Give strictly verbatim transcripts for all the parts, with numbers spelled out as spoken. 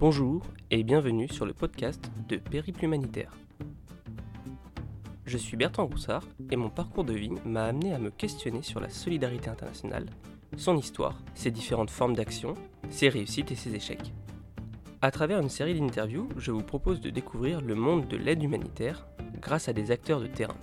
Bonjour et bienvenue sur le podcast de Périple Humanitaire. Je suis Bertrand Roussard et mon parcours de vie m'a amené à me questionner sur la solidarité internationale, son histoire, ses différentes formes d'action, ses réussites et ses échecs. À travers une série d'interviews, je vous propose de découvrir le monde de l'aide humanitaire grâce à des acteurs de terrain.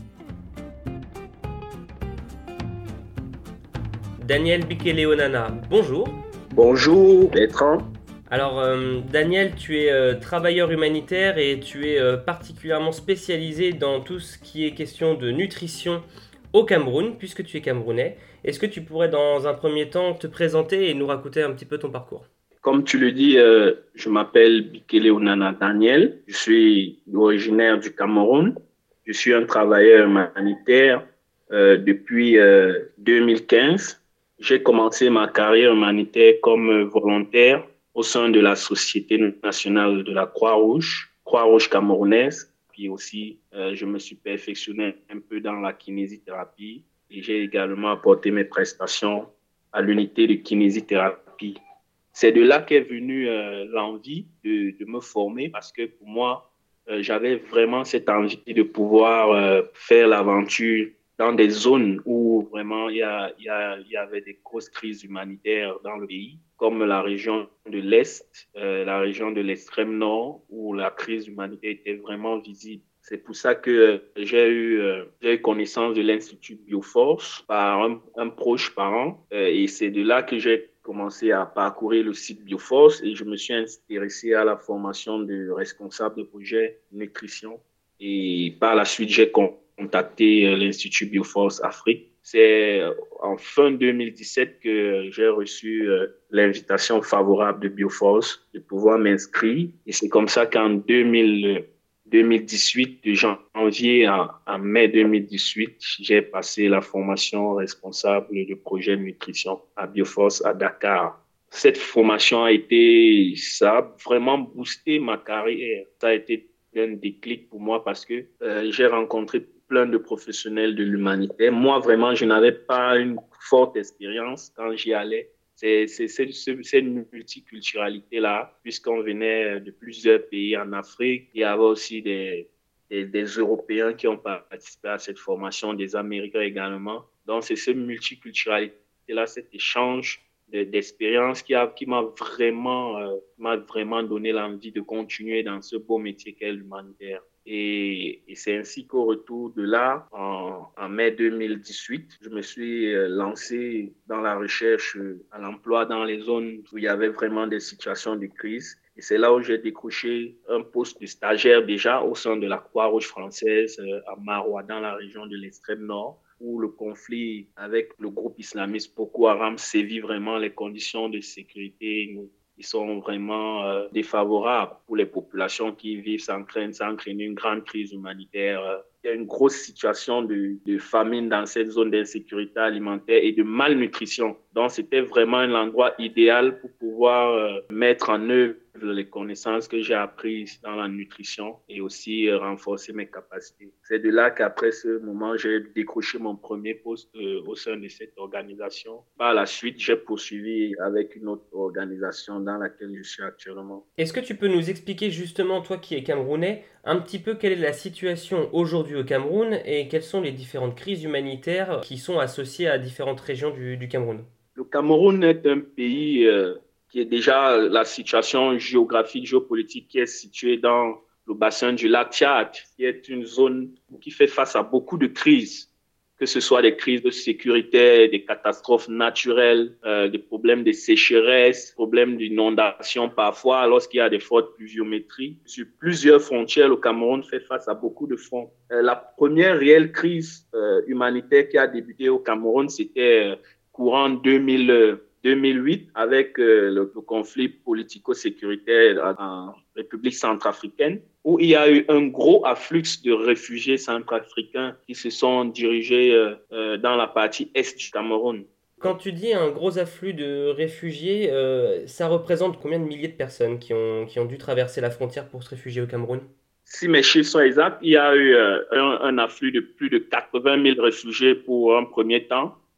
Daniel Bikele-Onana, bonjour. Bonjour Bertrand. Alors euh, Daniel, tu es euh, travailleur humanitaire et tu es euh, particulièrement spécialisé dans tout ce qui est question de nutrition au Cameroun, puisque tu es camerounais. Est-ce que tu pourrais dans un premier temps te présenter et nous raconter un petit peu ton parcours ? Comme tu le dis, euh, je m'appelle Bikele-Onana Daniel. Je suis originaire du Cameroun. Je suis un travailleur humanitaire euh, depuis euh, deux mille quinze. J'ai commencé ma carrière humanitaire comme volontaire au sein de la Société nationale de la Croix-Rouge, Croix-Rouge camerounaise. Puis aussi, euh, je me suis perfectionné un peu dans la kinésithérapie et j'ai également apporté mes prestations à l'unité de kinésithérapie. C'est de là qu'est venue euh, l'envie de, de me former parce que pour moi, euh, j'avais vraiment cette envie de pouvoir euh, faire l'aventure dans des zones où vraiment il y, a, il, y a, il y avait des grosses crises humanitaires dans le pays, comme la région de l'Est, euh, la région de l'extrême nord, où la crise humanitaire était vraiment visible. C'est pour ça que euh, j'ai eu, euh, j'ai eu connaissance de l'Institut Bioforce par un, un proche parent, euh, et c'est de là que j'ai commencé à parcourir le site Bioforce et je me suis intéressé à la formation de responsable de projet nutrition. Et par la suite, j'ai contacté l'Institut Bioforce Afrique. C'est en fin deux mille dix-sept que j'ai reçu l'invitation favorable de Bioforce de pouvoir m'inscrire. Et c'est comme ça qu'en deux mille dix-huit, de janvier à, à mai deux mille dix-huit, j'ai passé la formation responsable de projet nutrition à Bioforce à Dakar. Cette formation a été, ça a vraiment boosté ma carrière. Ça a été un déclic pour moi parce que euh, j'ai rencontré plein de professionnels de l'humanitaire. Moi, vraiment, je n'avais pas une forte expérience quand j'y allais. C'est, c'est, c'est, c'est cette multiculturalité-là, puisqu'on venait de plusieurs pays en Afrique. Il y avait aussi des, des, des Européens qui ont participé à cette formation, des Américains également. Donc, c'est cette multiculturalité-là, cet échange de, d'expérience qui, a, qui m'a, vraiment, euh, m'a vraiment donné l'envie de continuer dans ce beau métier qu'est l'humanitaire. Et, et c'est ainsi qu'au retour de là, en, en mai deux mille dix-huit, je me suis lancé dans la recherche à l'emploi dans les zones où il y avait vraiment des situations de crise. Et c'est là où j'ai décroché un poste de stagiaire déjà au sein de la Croix-Rouge française à Maroua, dans la région de l'extrême nord, où le conflit avec le groupe islamiste Boko Haram sévit vraiment. Les conditions de sécurité ils sont vraiment euh, défavorables pour les populations qui vivent sans crainte, sans craindre une grande crise humanitaire. Il y a une grosse situation de, de famine dans cette zone d'insécurité alimentaire et de malnutrition. Donc, c'était vraiment un endroit idéal pour pouvoir euh, mettre en œuvre les connaissances que j'ai apprises dans la nutrition et aussi euh, renforcer mes capacités. C'est de là qu'après ce moment, j'ai décroché mon premier poste euh, au sein de cette organisation. Par la suite, j'ai poursuivi avec une autre organisation dans laquelle je suis actuellement. Est-ce que tu peux nous expliquer justement, toi qui es camerounais, un petit peu quelle est la situation aujourd'hui au Cameroun et quelles sont les différentes crises humanitaires qui sont associées à différentes régions du, du Cameroun ? Le Cameroun est un pays euh, qui est déjà la situation géographique, géopolitique qui est située dans le bassin du lac Tchad, qui est une zone qui fait face à beaucoup de crises, que ce soit des crises de sécurité, des catastrophes naturelles, euh, des problèmes de sécheresse, problèmes d'inondation parfois lorsqu'il y a des fortes pluviométries. Sur plusieurs frontières, le Cameroun fait face à beaucoup de fronts. Euh, la première réelle crise euh, humanitaire qui a débuté au Cameroun, c'était euh, courant deux mille, deux mille huit avec euh, le, le conflit politico-sécuritaire en République centrafricaine, où il y a eu un gros afflux de réfugiés centrafricains qui se sont dirigés euh, euh, dans la partie est du Cameroun. Quand tu dis un gros afflux de réfugiés, euh, ça représente combien de milliers de personnes qui ont, qui ont dû traverser la frontière pour se réfugier au Cameroun ? Si mes chiffres sont exacts, il y a eu euh, un, un afflux de plus de quatre-vingt mille réfugiés pour un premier temps.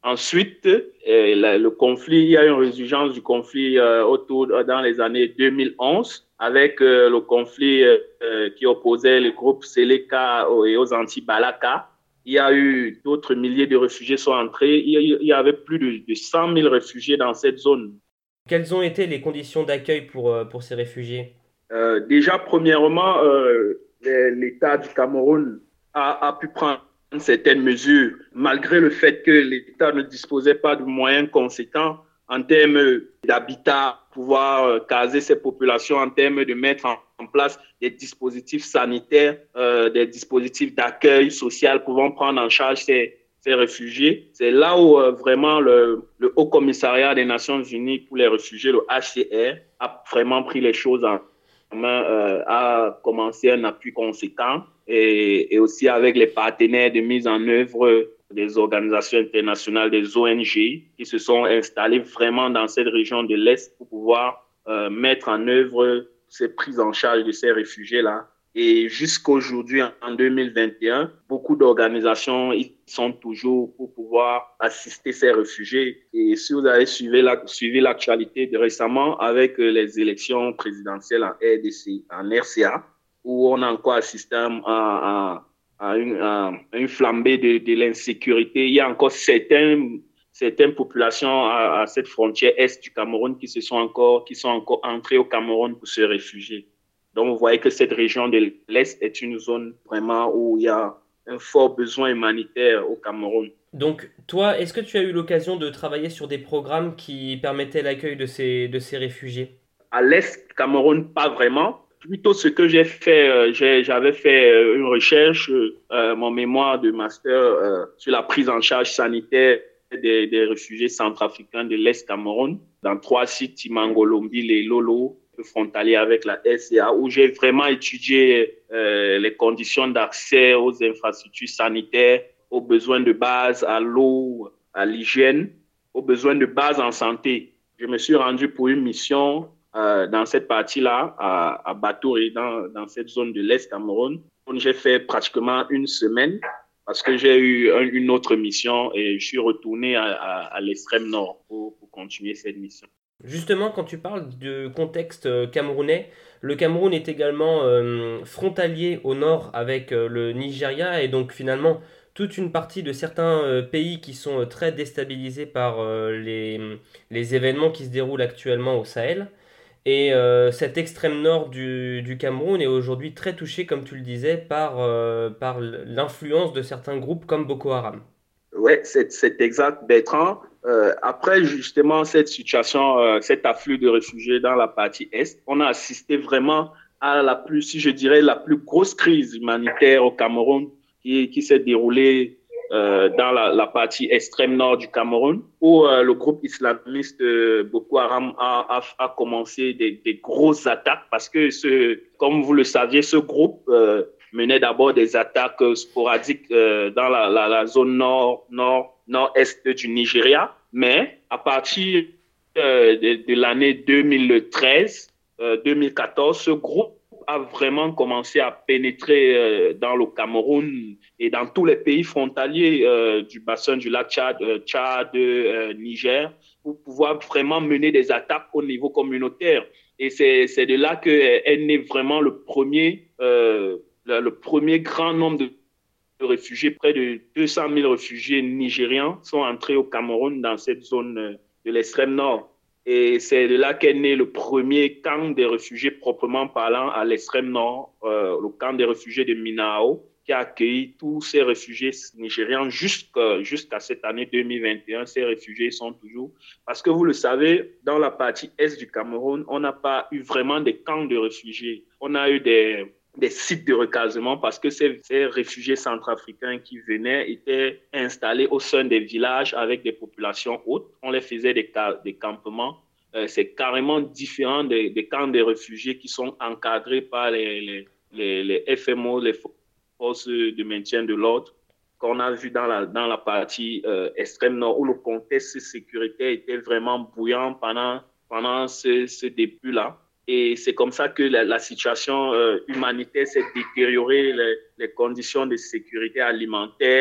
Ensuite, euh, la, le conflit, il y a une résurgence du conflit euh, autour dans les années deux mille onze avec euh, le conflit euh, qui opposait le groupe Seleka et aux anti-Balaka. Il y a eu d'autres milliers de réfugiés sont entrés. Il y avait plus de, de cent mille réfugiés dans cette zone. Quelles ont été les conditions d'accueil pour, euh, pour ces réfugiés? Euh, déjà, premièrement, euh, l'État du Cameroun a, a pu prendre certaines mesures, malgré le fait que l'État ne disposait pas de moyens conséquents en termes d'habitat, pouvoir euh, caser ces populations, en termes de mettre en, en place des dispositifs sanitaires, euh, des dispositifs d'accueil social pouvant prendre en charge ces, ces réfugiés. C'est là où euh, vraiment le, le Haut Commissariat des Nations Unies pour les réfugiés, le H C R, a vraiment pris les choses en main, euh, a commencé un appui conséquent et, et aussi avec les partenaires de mise en œuvre des organisations internationales, des O N G qui se sont installés vraiment dans cette région de l'Est pour pouvoir euh, mettre en œuvre ces prises en charge de ces réfugiés-là. Et jusqu'aujourd'hui, en deux mille vingt et un, beaucoup d'organisations ils sont toujours pour pouvoir assister ces réfugiés. Et si vous avez suivi, la, suivi l'actualité de récemment avec les élections présidentielles en R D C, en R C A, où on a encore assisté à, à, à, une, à une flambée de, de l'insécurité, il y a encore certaines, certaines populations à, à cette frontière est du Cameroun qui, se sont encore, qui sont encore entrées au Cameroun pour se réfugier. Donc, vous voyez que cette région de l'Est est une zone vraiment où il y a un fort besoin humanitaire au Cameroun. Donc, toi, est-ce que tu as eu l'occasion de travailler sur des programmes qui permettaient l'accueil de ces, de ces réfugiés? À l'Est du Cameroun, pas vraiment. Plutôt ce que j'ai fait, euh, j'ai, j'avais fait euh, une recherche, euh, mon mémoire de master euh, sur la prise en charge sanitaire des, des réfugiés centrafricains de l'Est Cameroun, dans trois sites, Timangolombi et Lolo, frontalier avec la R C A, où j'ai vraiment étudié euh, les conditions d'accès aux infrastructures sanitaires, aux besoins de base, à l'eau, à l'hygiène, aux besoins de base en santé. Je me suis rendu pour une mission euh, dans cette partie-là, à, à Batouri, dans, dans cette zone de l'Est Cameroun. J'ai fait pratiquement une semaine parce que j'ai eu un, une autre mission et je suis retourné à, à, à l'extrême nord pour, pour continuer cette mission. Justement, quand tu parles de contexte camerounais, le Cameroun est également euh, frontalier au nord avec euh, le Nigeria et donc finalement toute une partie de certains euh, pays qui sont euh, très déstabilisés par euh, les, les événements qui se déroulent actuellement au Sahel. Et euh, cet extrême nord du, du Cameroun est aujourd'hui très touché, comme tu le disais, par, euh, par l'influence de certains groupes comme Boko Haram. Oui, c'est, c'est exact, Bertrand. Euh, après justement cette situation, euh, cet afflux de réfugiés dans la partie Est, on a assisté vraiment à la plus, si je dirais, la plus grosse crise humanitaire au Cameroun qui, qui s'est déroulée euh, dans la, la partie extrême nord du Cameroun, où euh, le groupe islamiste euh, Boko Haram a, a, a commencé des, des grosses attaques parce que, ce, comme vous le saviez, ce groupe euh, menait d'abord des attaques sporadiques euh, dans la, la, la zone nord, nord, nord-est du Nigeria. Mais à partir euh, de, de l'année deux mille treize, euh, deux mille quatorze, ce groupe a vraiment commencé à pénétrer euh, dans le Cameroun et dans tous les pays frontaliers euh, du bassin du lac Tchad, euh, Tchad, euh, Niger, pour pouvoir vraiment mener des attaques au niveau communautaire. Et c'est, c'est de là qu'est né vraiment le premier... Euh, le premier grand nombre de réfugiés, près de deux cent mille réfugiés nigérians sont entrés au Cameroun dans cette zone de l'extrême nord. Et c'est de là qu'est né le premier camp des réfugiés proprement parlant à l'extrême nord, euh, le camp des réfugiés de Minao, qui a accueilli tous ces réfugiés nigérians jusqu'à, jusqu'à cette année deux mille vingt et un. Ces réfugiés sont toujours... Parce que vous le savez, dans la partie est du Cameroun, on n'a pas eu vraiment des camps de réfugiés. On a eu des... des sites de recasement parce que ces, ces réfugiés centrafricains qui venaient étaient installés au sein des villages avec des populations hautes. On les faisait des, des campements. Euh, c'est carrément différent des, des camps de réfugiés qui sont encadrés par les, les, les, les F M O, les forces de maintien de l'ordre, qu'on a vu dans la, dans la partie euh, extrême nord où le contexte sécuritaire était vraiment bouillant pendant, pendant ce, ce début-là. Et c'est comme ça que la, la situation euh, humanitaire s'est détériorée, les, les conditions de sécurité alimentaire,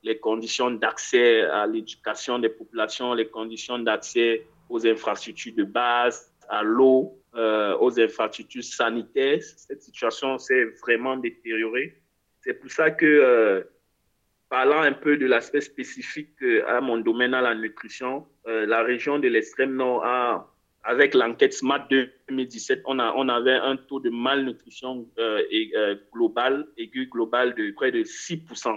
les conditions d'accès à l'éducation des populations, les conditions d'accès aux infrastructures de base, à l'eau, euh, aux infrastructures sanitaires. Cette situation s'est vraiment détériorée. C'est pour ça que, euh, parlant un peu de l'aspect spécifique euh, à mon domaine, à la nutrition, euh, la région de l'extrême nord a, avec l'enquête SMART deux mille dix-sept, on, a, on avait un taux de malnutrition euh, et, euh, global, aigu global de près de six pour cent.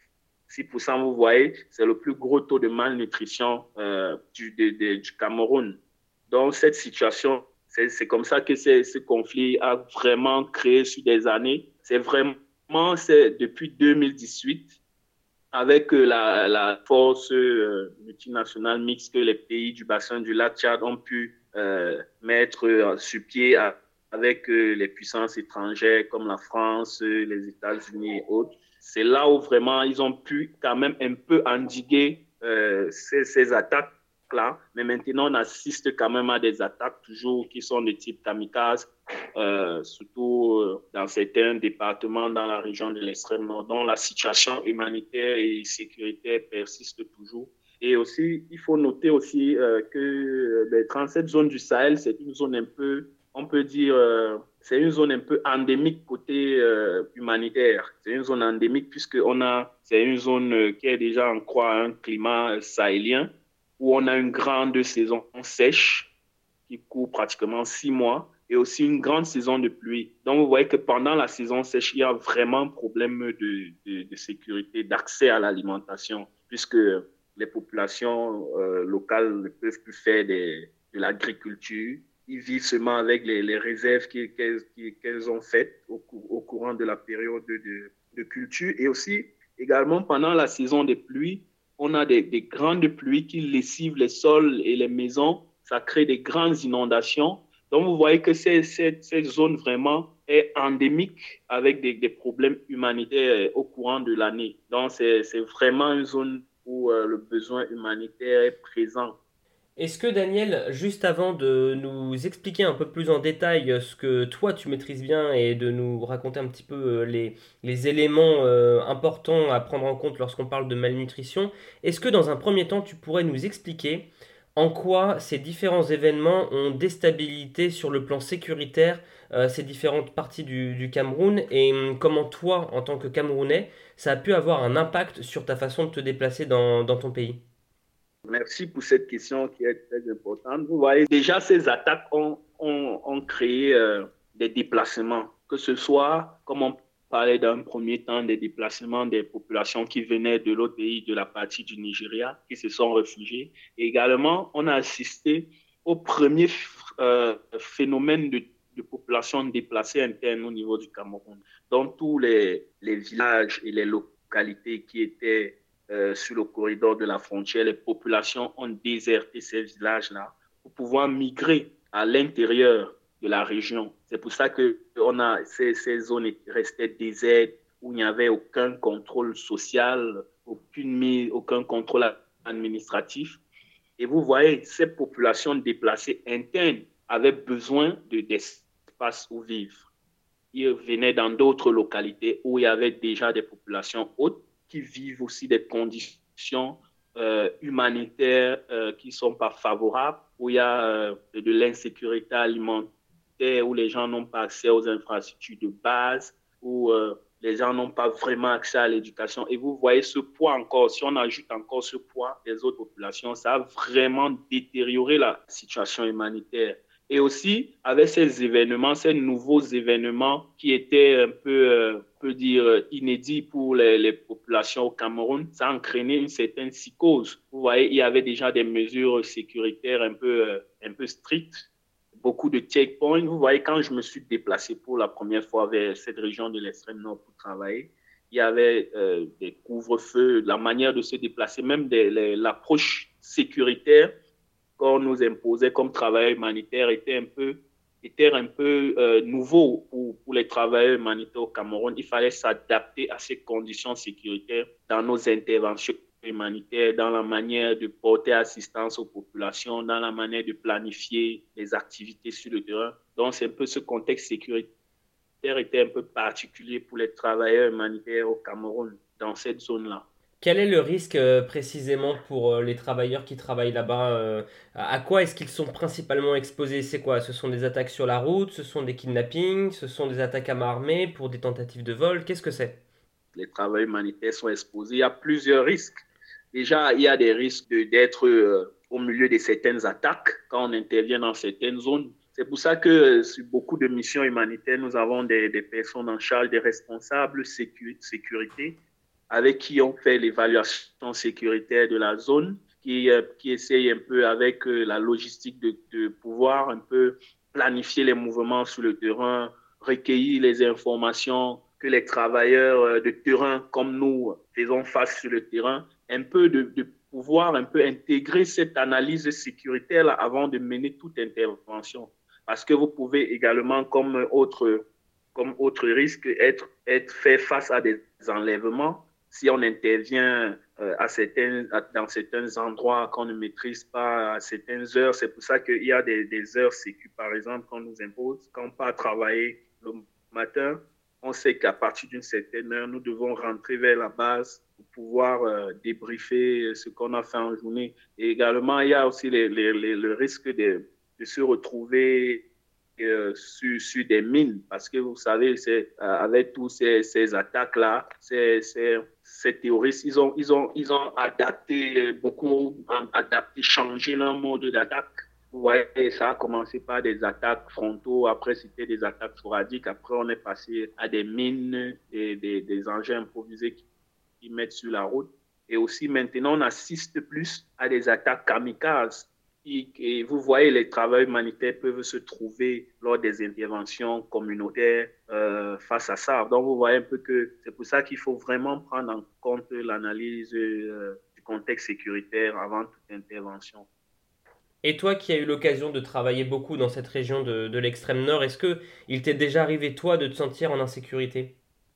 six pour cent, vous voyez, c'est le plus gros taux de malnutrition euh, du, de, de, du Cameroun. Donc, cette situation, c'est, c'est comme ça que ce conflit a vraiment créé sur des années. C'est vraiment, c'est depuis deux mille dix-huit, avec la, la force euh, multinationale mixte que les pays du bassin du lac Tchad ont pu euh, mettre euh, sur pied à, avec euh, les puissances étrangères comme la France, euh, les États-Unis et autres. C'est là où vraiment ils ont pu quand même un peu endiguer euh, ces, ces attaques-là. Mais maintenant, on assiste quand même à des attaques toujours qui sont de type kamikaze, euh, surtout euh, dans certains départements dans la région de l'extrême nord, dont la situation humanitaire et sécuritaire persiste toujours. Et aussi, il faut noter aussi euh, que les trente-sept zones du Sahel, c'est une zone un peu, on peut dire, euh, c'est une zone un peu endémique côté euh, humanitaire. C'est une zone endémique puisque on a, c'est une zone qui est déjà en croix à un climat sahélien où on a une grande saison sèche qui court pratiquement six mois et aussi une grande saison de pluie. Donc, vous voyez que pendant la saison sèche, il y a vraiment un problème de, de, de sécurité, d'accès à l'alimentation, puisque les populations euh, locales ne peuvent plus faire des, de l'agriculture. Ils vivent seulement avec les, les réserves qu'elles, qu'elles ont faites au, au courant de la période de, de culture. Et aussi, également, pendant la saison des pluies, on a des, des grandes pluies qui lessivent les sols et les maisons. Ça crée des grandes inondations. Donc, vous voyez que cette, cette, cette zone vraiment est endémique avec des, des problèmes humanitaires au courant de l'année. Donc, c'est, c'est vraiment une zone où euh, le besoin humanitaire est présent. Est-ce que Daniel, juste avant de nous expliquer un peu plus en détail ce que toi tu maîtrises bien et de nous raconter un petit peu les, les éléments euh, importants à prendre en compte lorsqu'on parle de malnutrition, est-ce que dans un premier temps tu pourrais nous expliquer en quoi ces différents événements ont déstabilisé sur le plan sécuritaire euh, ces différentes parties du, du Cameroun et hum, comment toi, en tant que Camerounais, ça a pu avoir un impact sur ta façon de te déplacer dans, dans ton pays? Merci pour cette question qui est très importante. Vous voyez, déjà, ces attaques ont, ont, ont créé euh, des déplacements, que ce soit, comme on parlait d'un premier temps, des déplacements des populations qui venaient de l'autre pays, de la partie du Nigeria, qui se sont réfugiées. Et également, on a assisté au premier euh, phénomène de, de population déplacée interne au niveau du Cameroun. Dans tous les, les villages et les localités qui étaient Euh, sur le corridor de la frontière, les populations ont déserté ces villages-là pour pouvoir migrer à l'intérieur de la région. C'est pour ça que on a, ces, ces zones restaient désertes où il n'y avait aucun contrôle social, aucune mise, aucun contrôle administratif. Et vous voyez, ces populations déplacées internes avaient besoin de, d'espace où vivre. Ils venaient dans d'autres localités où il y avait déjà des populations hautes qui vivent aussi des conditions euh, humanitaires euh, qui ne sont pas favorables, où il y a euh, de l'insécurité alimentaire, où les gens n'ont pas accès aux infrastructures de base, où euh, les gens n'ont pas vraiment accès à l'éducation. Et vous voyez ce poids encore, si on ajoute encore ce poids des autres populations, ça a vraiment détérioré la situation humanitaire. Et aussi, avec ces événements, ces nouveaux événements qui étaient un peu, euh, on peut dire, inédits pour les, les populations au Cameroun, ça a entraîné une certaine psychose. Vous voyez, il y avait déjà des mesures sécuritaires un peu, euh, un peu strictes, beaucoup de checkpoints. Vous voyez, quand je me suis déplacé pour la première fois vers cette région de l'extrême nord pour travailler, il y avait euh, des couvre-feux, la manière de se déplacer, même des, les, l'approche sécuritaire qu'on nous imposait comme travailleurs humanitaires était un peu, était un peu euh, nouveau pour, pour les travailleurs humanitaires au Cameroun. Il fallait s'adapter à ces conditions sécuritaires dans nos interventions humanitaires, dans la manière de porter assistance aux populations, dans la manière de planifier les activités sur le terrain. Donc, c'est un peu ce contexte sécuritaire était un peu particulier pour les travailleurs humanitaires au Cameroun, dans cette zone-là. Quel est le risque euh, précisément pour euh, les travailleurs qui travaillent là-bas euh, À à quoi est-ce qu'ils sont principalement exposés? C'est quoi? Ce sont des attaques sur la route, ce sont des kidnappings, ce sont des attaques à main armée pour des tentatives de vol? Qu'est-ce que c'est? Les travailleurs humanitaires sont exposés. Il y a plusieurs risques. Déjà, il y a des risques de- d'être euh, au milieu de certaines attaques quand on intervient dans certaines zones. C'est pour ça que euh, sur beaucoup de missions humanitaires, nous avons des, des personnes en charge, des responsables sécu- sécurité, avec qui on fait l'évaluation sécuritaire de la zone, qui, euh, qui essaye un peu avec euh, la logistique de, de pouvoir un peu planifier les mouvements sur le terrain, recueillir les informations que les travailleurs euh, de terrain comme nous faisons face sur le terrain, un peu de, de pouvoir un peu intégrer cette analyse sécuritaire là avant de mener toute intervention. Parce que vous pouvez également, comme autre, comme autre risque, être, être fait face à des enlèvements si on intervient euh, à certains, à, dans certains endroits qu'on ne maîtrise pas à certaines heures. C'est pour ça qu'il y a des, des heures sécu, par exemple, qu'on nous impose. Quand on part travailler le matin, on sait qu'à partir d'une certaine heure, nous devons rentrer vers la base pour pouvoir euh, débriefer ce qu'on a fait en journée. Et également, il y a aussi les, les, les, le risque de, de se retrouver euh, sur, sur des mines, parce que vous savez, c'est, euh, avec tous ces, ces attaques-là, ces, ces, ces terroristes, ils ont, ils, ont, ils ont adapté, beaucoup adapté, changé leur mode d'attaque. Vous voyez, ça a commencé par des attaques frontaux, après c'était des attaques sporadiques, après on est passé à des mines, des, des, des engins improvisés qui, qui mettent sur la route. Et aussi maintenant, on assiste plus à des attaques kamikazes. Et vous voyez, les travailleurs humanitaires peuvent se trouver lors des interventions communautaires euh, face à ça. Donc, vous voyez un peu que c'est pour ça qu'il faut vraiment prendre en compte l'analyse euh, du contexte sécuritaire avant toute intervention. Et toi qui as eu l'occasion de travailler beaucoup dans cette région de, de l'extrême nord, est-ce que il t'est déjà arrivé toi de te sentir en insécurité?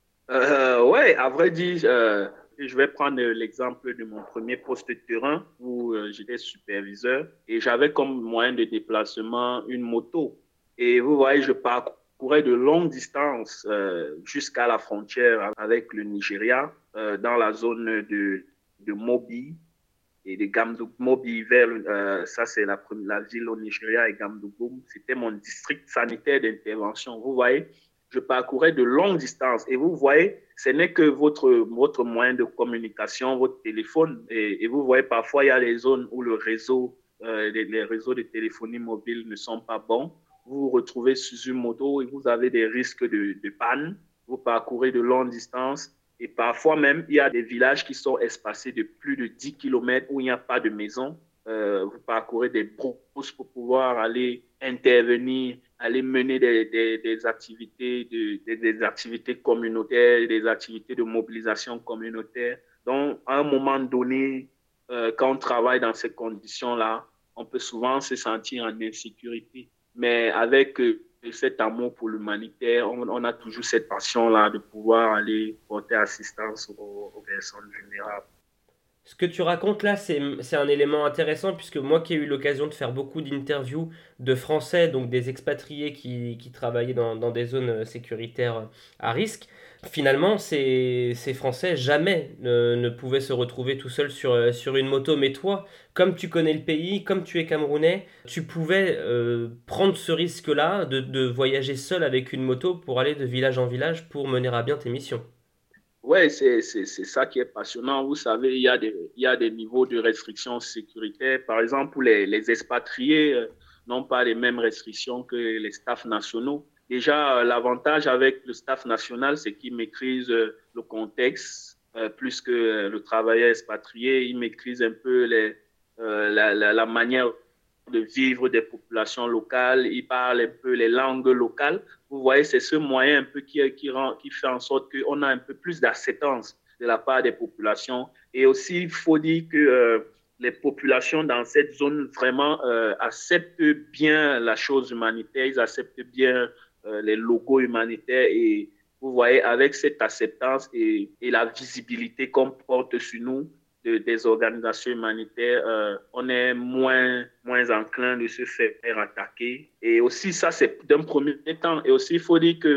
Euh, ouais, à vrai dire, euh, je vais prendre l'exemple de mon premier poste de terrain où euh, j'étais superviseur et j'avais comme moyen de déplacement une moto. Et vous voyez, je parcourais de longues distances euh, jusqu'à la frontière avec le Nigeria, euh, dans la zone de, de Mobi et de Gamdougou. Mobi vers, euh, ça c'est la, la ville au Nigeria et Gamdougou, c'était mon district sanitaire d'intervention. Vous voyez, je parcourais de longues distances. Et vous voyez, ce n'est que votre, votre moyen de communication, votre téléphone. Et, et vous voyez, parfois, il y a les zones où le réseau, euh, les, les réseaux de téléphonie mobile ne sont pas bons. Vous vous retrouvez sur une moto et vous avez des risques de, de panne. Vous parcourez de longues distances. Et parfois même, il y a des villages qui sont espacés de plus de dix kilomètres où il n'y a pas de maison. Euh, vous parcourez des brousses pour pouvoir aller intervenir, aller mener des, des, des activités, de, des, des activités communautaires, des activités de mobilisation communautaire. Donc, à un moment donné, euh, quand on travaille dans ces conditions-là, on peut souvent se sentir en insécurité. Mais avec euh, cet amour pour l'humanitaire, on, on a toujours cette passion-là de pouvoir aller porter assistance aux, aux personnes vulnérables. Ce que tu racontes là, c'est, c'est un élément intéressant puisque moi qui ai eu l'occasion de faire beaucoup d'interviews de Français, donc des expatriés qui, qui travaillaient dans, dans des zones euh, sécuritaires euh, à risque, finalement ces, ces Français jamais ne, ne pouvaient se retrouver tout seuls sur, euh, sur une moto. Mais toi, comme tu connais le pays, comme tu es camerounais, tu pouvais euh, prendre ce risque-là de, de voyager seul avec une moto pour aller de village en village pour mener à bien tes missions. Oui, c'est, c'est, c'est ça qui est passionnant. Vous savez, il y a des, il y a des niveaux de restrictions sécuritaires. Par exemple, pour les, les expatriés euh, n'ont pas les mêmes restrictions que les staffs nationaux. Déjà, euh, l'avantage avec le staff national, c'est qu'il maîtrise euh, le contexte euh, plus que euh, le travailleur expatrié. Il maîtrise un peu les, euh, la, la, la manière de vivre des populations locales. Il parle un peu les langues locales. Vous voyez, c'est ce moyen un peu qui, qui, rend, qui fait en sorte qu'on a un peu plus d'acceptance de la part des populations. Et aussi, il faut dire que euh, les populations dans cette zone vraiment euh, acceptent bien la chose humanitaire, ils acceptent bien euh, les logos humanitaires et vous voyez, avec cette acceptance et, et la visibilité qu'on porte sur nous, de, des organisations humanitaires, euh, on est moins, moins enclin de se faire attaquer. Et aussi, ça, c'est d'un premier temps. Et aussi, il faut dire que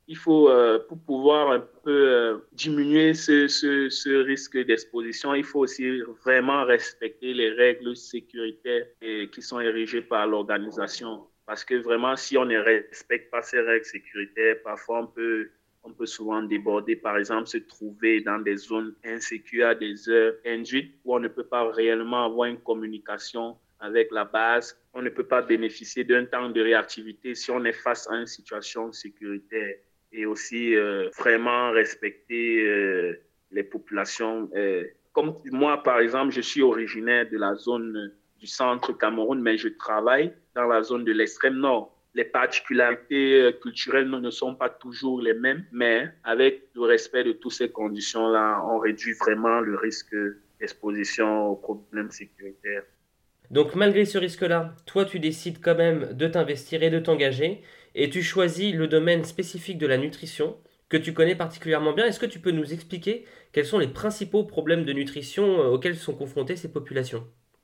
Il faut, euh, pour pouvoir un peu euh, diminuer ce, ce, ce risque d'exposition, il faut aussi vraiment respecter les règles sécuritaires et, qui sont érigées par l'organisation. Parce que vraiment, si on ne respecte pas ces règles sécuritaires, parfois on peut, on peut souvent déborder, par exemple, se trouver dans des zones insécures à des heures induites où on ne peut pas réellement avoir une communication avec la base. On ne peut pas bénéficier d'un temps de réactivité si on est face à une situation sécuritaire et aussi euh, vraiment respecter euh, les populations. Euh, comme moi, par exemple, je suis originaire de la zone du centre Cameroun, mais je travaille dans la zone de l'extrême nord. Les particularités culturelles ne sont pas toujours les mêmes, mais avec le respect de toutes ces conditions-là, on réduit vraiment le risque d'exposition aux problèmes sécuritaires. Donc malgré ce risque-là, toi tu décides quand même de t'investir et de t'engager, et tu choisis le domaine spécifique de la nutrition que tu connais particulièrement bien. Est-ce que tu peux nous expliquer quels sont les principaux problèmes de nutrition euh, auxquels sont confrontées ces populations?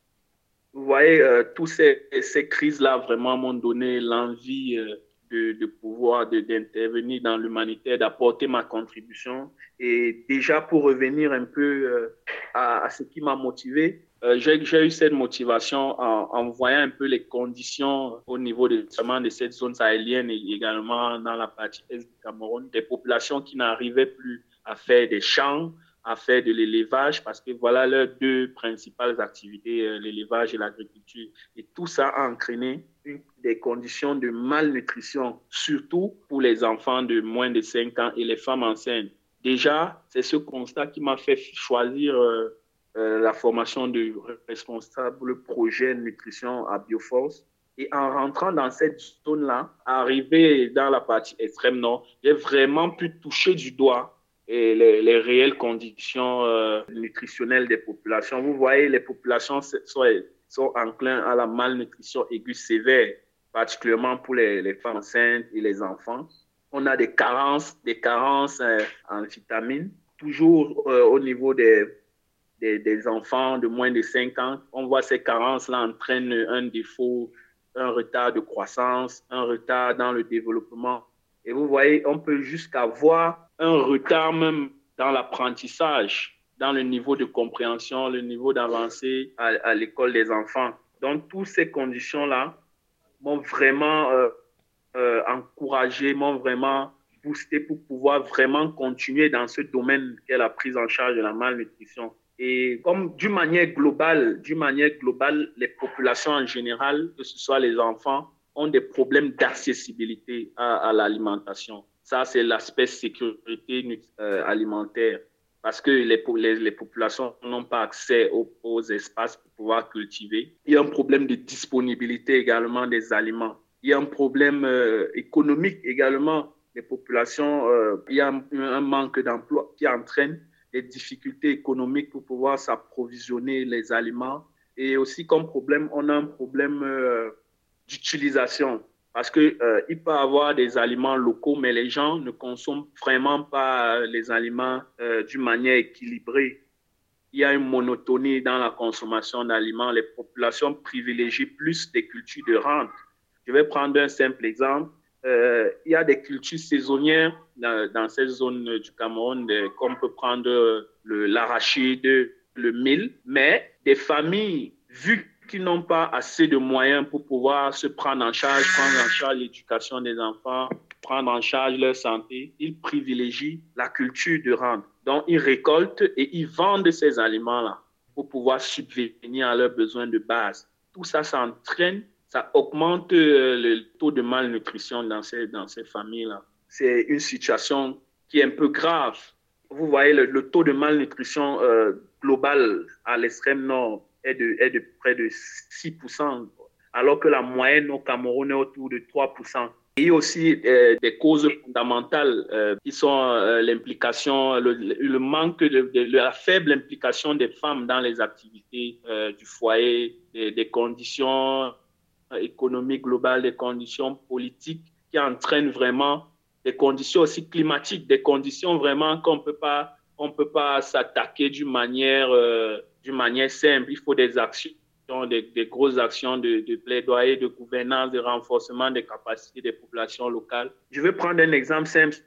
Vous voyez, euh, toutes ces, ces crises-là vraiment m'ont donné l'envie euh, de, de pouvoir de, d'intervenir dans l'humanitaire, d'apporter ma contribution. Et déjà, pour revenir un peu euh, à, à ce qui m'a motivé, euh, j'ai, j'ai eu cette motivation en, en voyant un peu les conditions au niveau de, de cette zone sahélienne et également dans la partie est du Cameroun, des populations qui n'arrivaient plus à faire des champs, à faire de l'élevage parce que voilà leurs deux principales activités, euh, l'élevage et l'agriculture. Et tout ça a entraîné une, des conditions de malnutrition, surtout pour les enfants de moins de cinq ans et les femmes enceintes. Déjà, c'est ce constat qui m'a fait choisir euh, euh, la formation de responsable projet nutrition à Bioforce. Et en rentrant dans cette zone-là, arrivé dans la partie extrême nord, j'ai vraiment pu toucher du doigt et les, les réelles conditions euh, nutritionnelles des populations. Vous voyez, les populations sont, sont enclins à la malnutrition aiguë sévère, particulièrement pour les, les femmes enceintes et les enfants. On a des carences, des carences euh, en vitamines, toujours euh, au niveau des, des, des enfants de moins de cinq ans. On voit ces carences-là entraînent un défaut, un retard de croissance, un retard dans le développement. Et vous voyez, on peut jusqu'à voir un retard même dans l'apprentissage, dans le niveau de compréhension, le niveau d'avancée à, à l'école des enfants. Donc, toutes ces conditions-là m'ont vraiment euh, euh, encouragé, m'ont vraiment boosté pour pouvoir vraiment continuer dans ce domaine qu'est la prise en charge de la malnutrition. Et comme d'une manière globale, d'une manière globale, les populations en général, que ce soit les enfants, ont des problèmes d'accessibilité à, à l'alimentation. Ça, c'est l'aspect sécurité euh, alimentaire. Parce que les, les, les populations n'ont pas accès aux, aux espaces pour pouvoir cultiver. Il y a un problème de disponibilité également des aliments. Il y a un problème euh, économique également. Les populations, euh, il y a un, un manque d'emploi qui entraîne des difficultés économiques pour pouvoir s'approvisionner les aliments. Et aussi comme problème, on a un problème euh, d'utilisation. Parce qu'il euh, peut y avoir des aliments locaux, mais les gens ne consomment vraiment pas les aliments euh, d'une manière équilibrée. Il y a une monotonie dans la consommation d'aliments. Les populations privilégient plus des cultures de rente. Je vais prendre un simple exemple. Euh, il y a des cultures saisonnières dans, dans cette zone du Cameroun, de, comme on peut prendre le, l'arachide, le mil, mais des familles, vu qu'ils n'ont pas assez de moyens pour pouvoir se prendre en charge, prendre en charge l'éducation des enfants, prendre en charge leur santé, ils privilégient la culture de rente. Donc, ils récoltent et ils vendent ces aliments-là pour pouvoir subvenir à leurs besoins de base. Tout ça, ça entraîne, ça augmente le taux de malnutrition dans ces, dans ces familles-là. C'est une situation qui est un peu grave. Vous voyez, le, le taux de malnutrition euh, global à l'extrême nord est de, est de près de six pour cent, alors que la moyenne au Cameroun est autour de trois pour cent. Il y a aussi euh, des causes fondamentales euh, qui sont euh, l'implication, le, le manque de, de, de la faible implication des femmes dans les activités euh, du foyer, des, des conditions économiques globales, des conditions politiques qui entraînent vraiment des conditions aussi climatiques, des conditions vraiment qu'on peut pas, on peut pas s'attaquer d'une manière, euh, d'une manière simple. Il faut des actions. Des, des grosses actions de, de plaidoyer, de gouvernance, de renforcement des capacités des populations locales. Je vais prendre un exemple simple.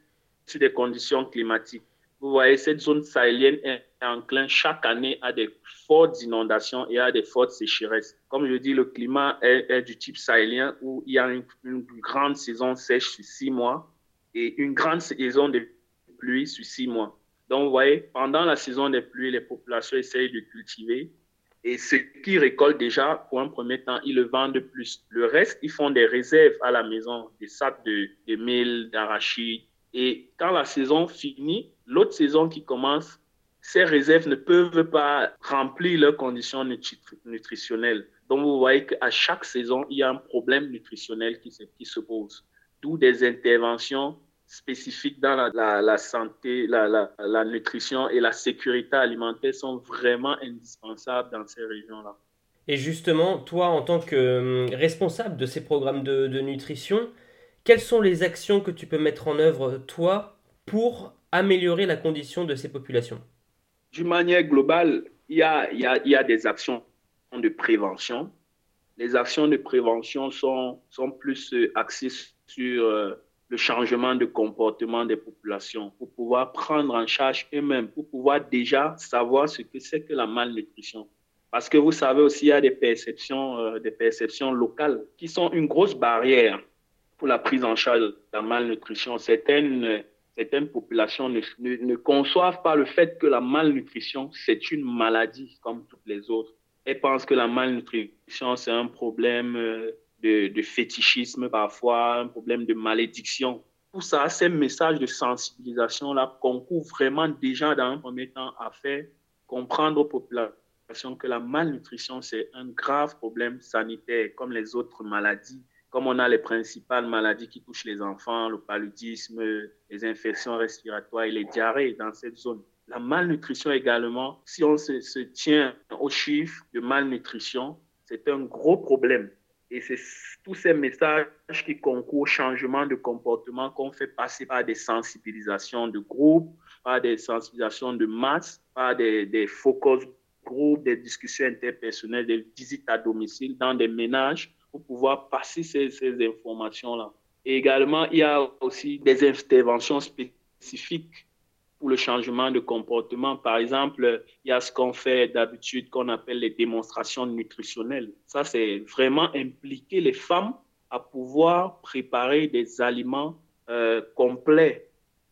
sur des conditions climatiques. Vous voyez, cette zone sahélienne est enclin chaque année à des fortes inondations et à des fortes sécheresses. Comme je dis, le climat est, est du type sahélien où il y a une, une grande saison sèche sur six mois et une grande saison de pluie sur six mois. Donc, vous voyez, pendant la saison des pluies, les populations essayent de cultiver et ce qu'ils récoltent déjà, pour un premier temps, ils le vendent plus. Le reste, ils font des réserves à la maison, des sacs de, de mil, d'arachides. Et quand la saison finit, l'autre saison qui commence, ces réserves ne peuvent pas remplir leurs conditions nutri- nutritionnelles. Donc, vous voyez qu'à chaque saison, il y a un problème nutritionnel qui se, qui se pose. D'où des interventions spécifiques dans la, la, la santé, la, la, la nutrition et la sécurité alimentaire sont vraiment indispensables dans ces régions-là. Et justement, toi, en tant que euh, responsable de ces programmes de, de nutrition, quelles sont les actions que tu peux mettre en œuvre, toi, pour améliorer la condition de ces populations? D'une manière globale, il y a, il y a, il y a des actions de prévention. Les actions de prévention sont, sont plus axées sur euh, le changement de comportement des populations pour pouvoir prendre en charge eux-mêmes, pour pouvoir déjà savoir ce que c'est que la malnutrition. Parce que vous savez aussi, il y a des perceptions, euh, des perceptions locales qui sont une grosse barrière pour la prise en charge de la malnutrition. Certaines, certaines populations ne, ne, ne conçoivent pas le fait que la malnutrition, c'est une maladie comme toutes les autres. Elles pensent que la malnutrition, c'est un problème de, de fétichisme parfois, un problème de malédiction. Tout ça, ces messages de sensibilisation-là concourent vraiment déjà dans un premier temps à faire comprendre aux populations que la malnutrition, c'est un grave problème sanitaire comme les autres maladies. Comme on a les principales maladies qui touchent les enfants, le paludisme, les infections respiratoires et les diarrhées dans cette zone. La malnutrition également, si on se, se tient aux chiffres de malnutrition, c'est un gros problème. Et c'est tous ces messages qui concourent au changement de comportement qu'on fait passer par des sensibilisations de groupe, par des sensibilisations de masse, par des, des focus group, des discussions interpersonnelles, des visites à domicile dans des ménages pour pouvoir passer ces, ces informations-là. Et également, il y a aussi des interventions spécifiques pour le changement de comportement. Par exemple, il y a ce qu'on fait d'habitude qu'on appelle les démonstrations nutritionnelles. Ça, c'est vraiment impliquer les femmes à pouvoir préparer des aliments euh, complets,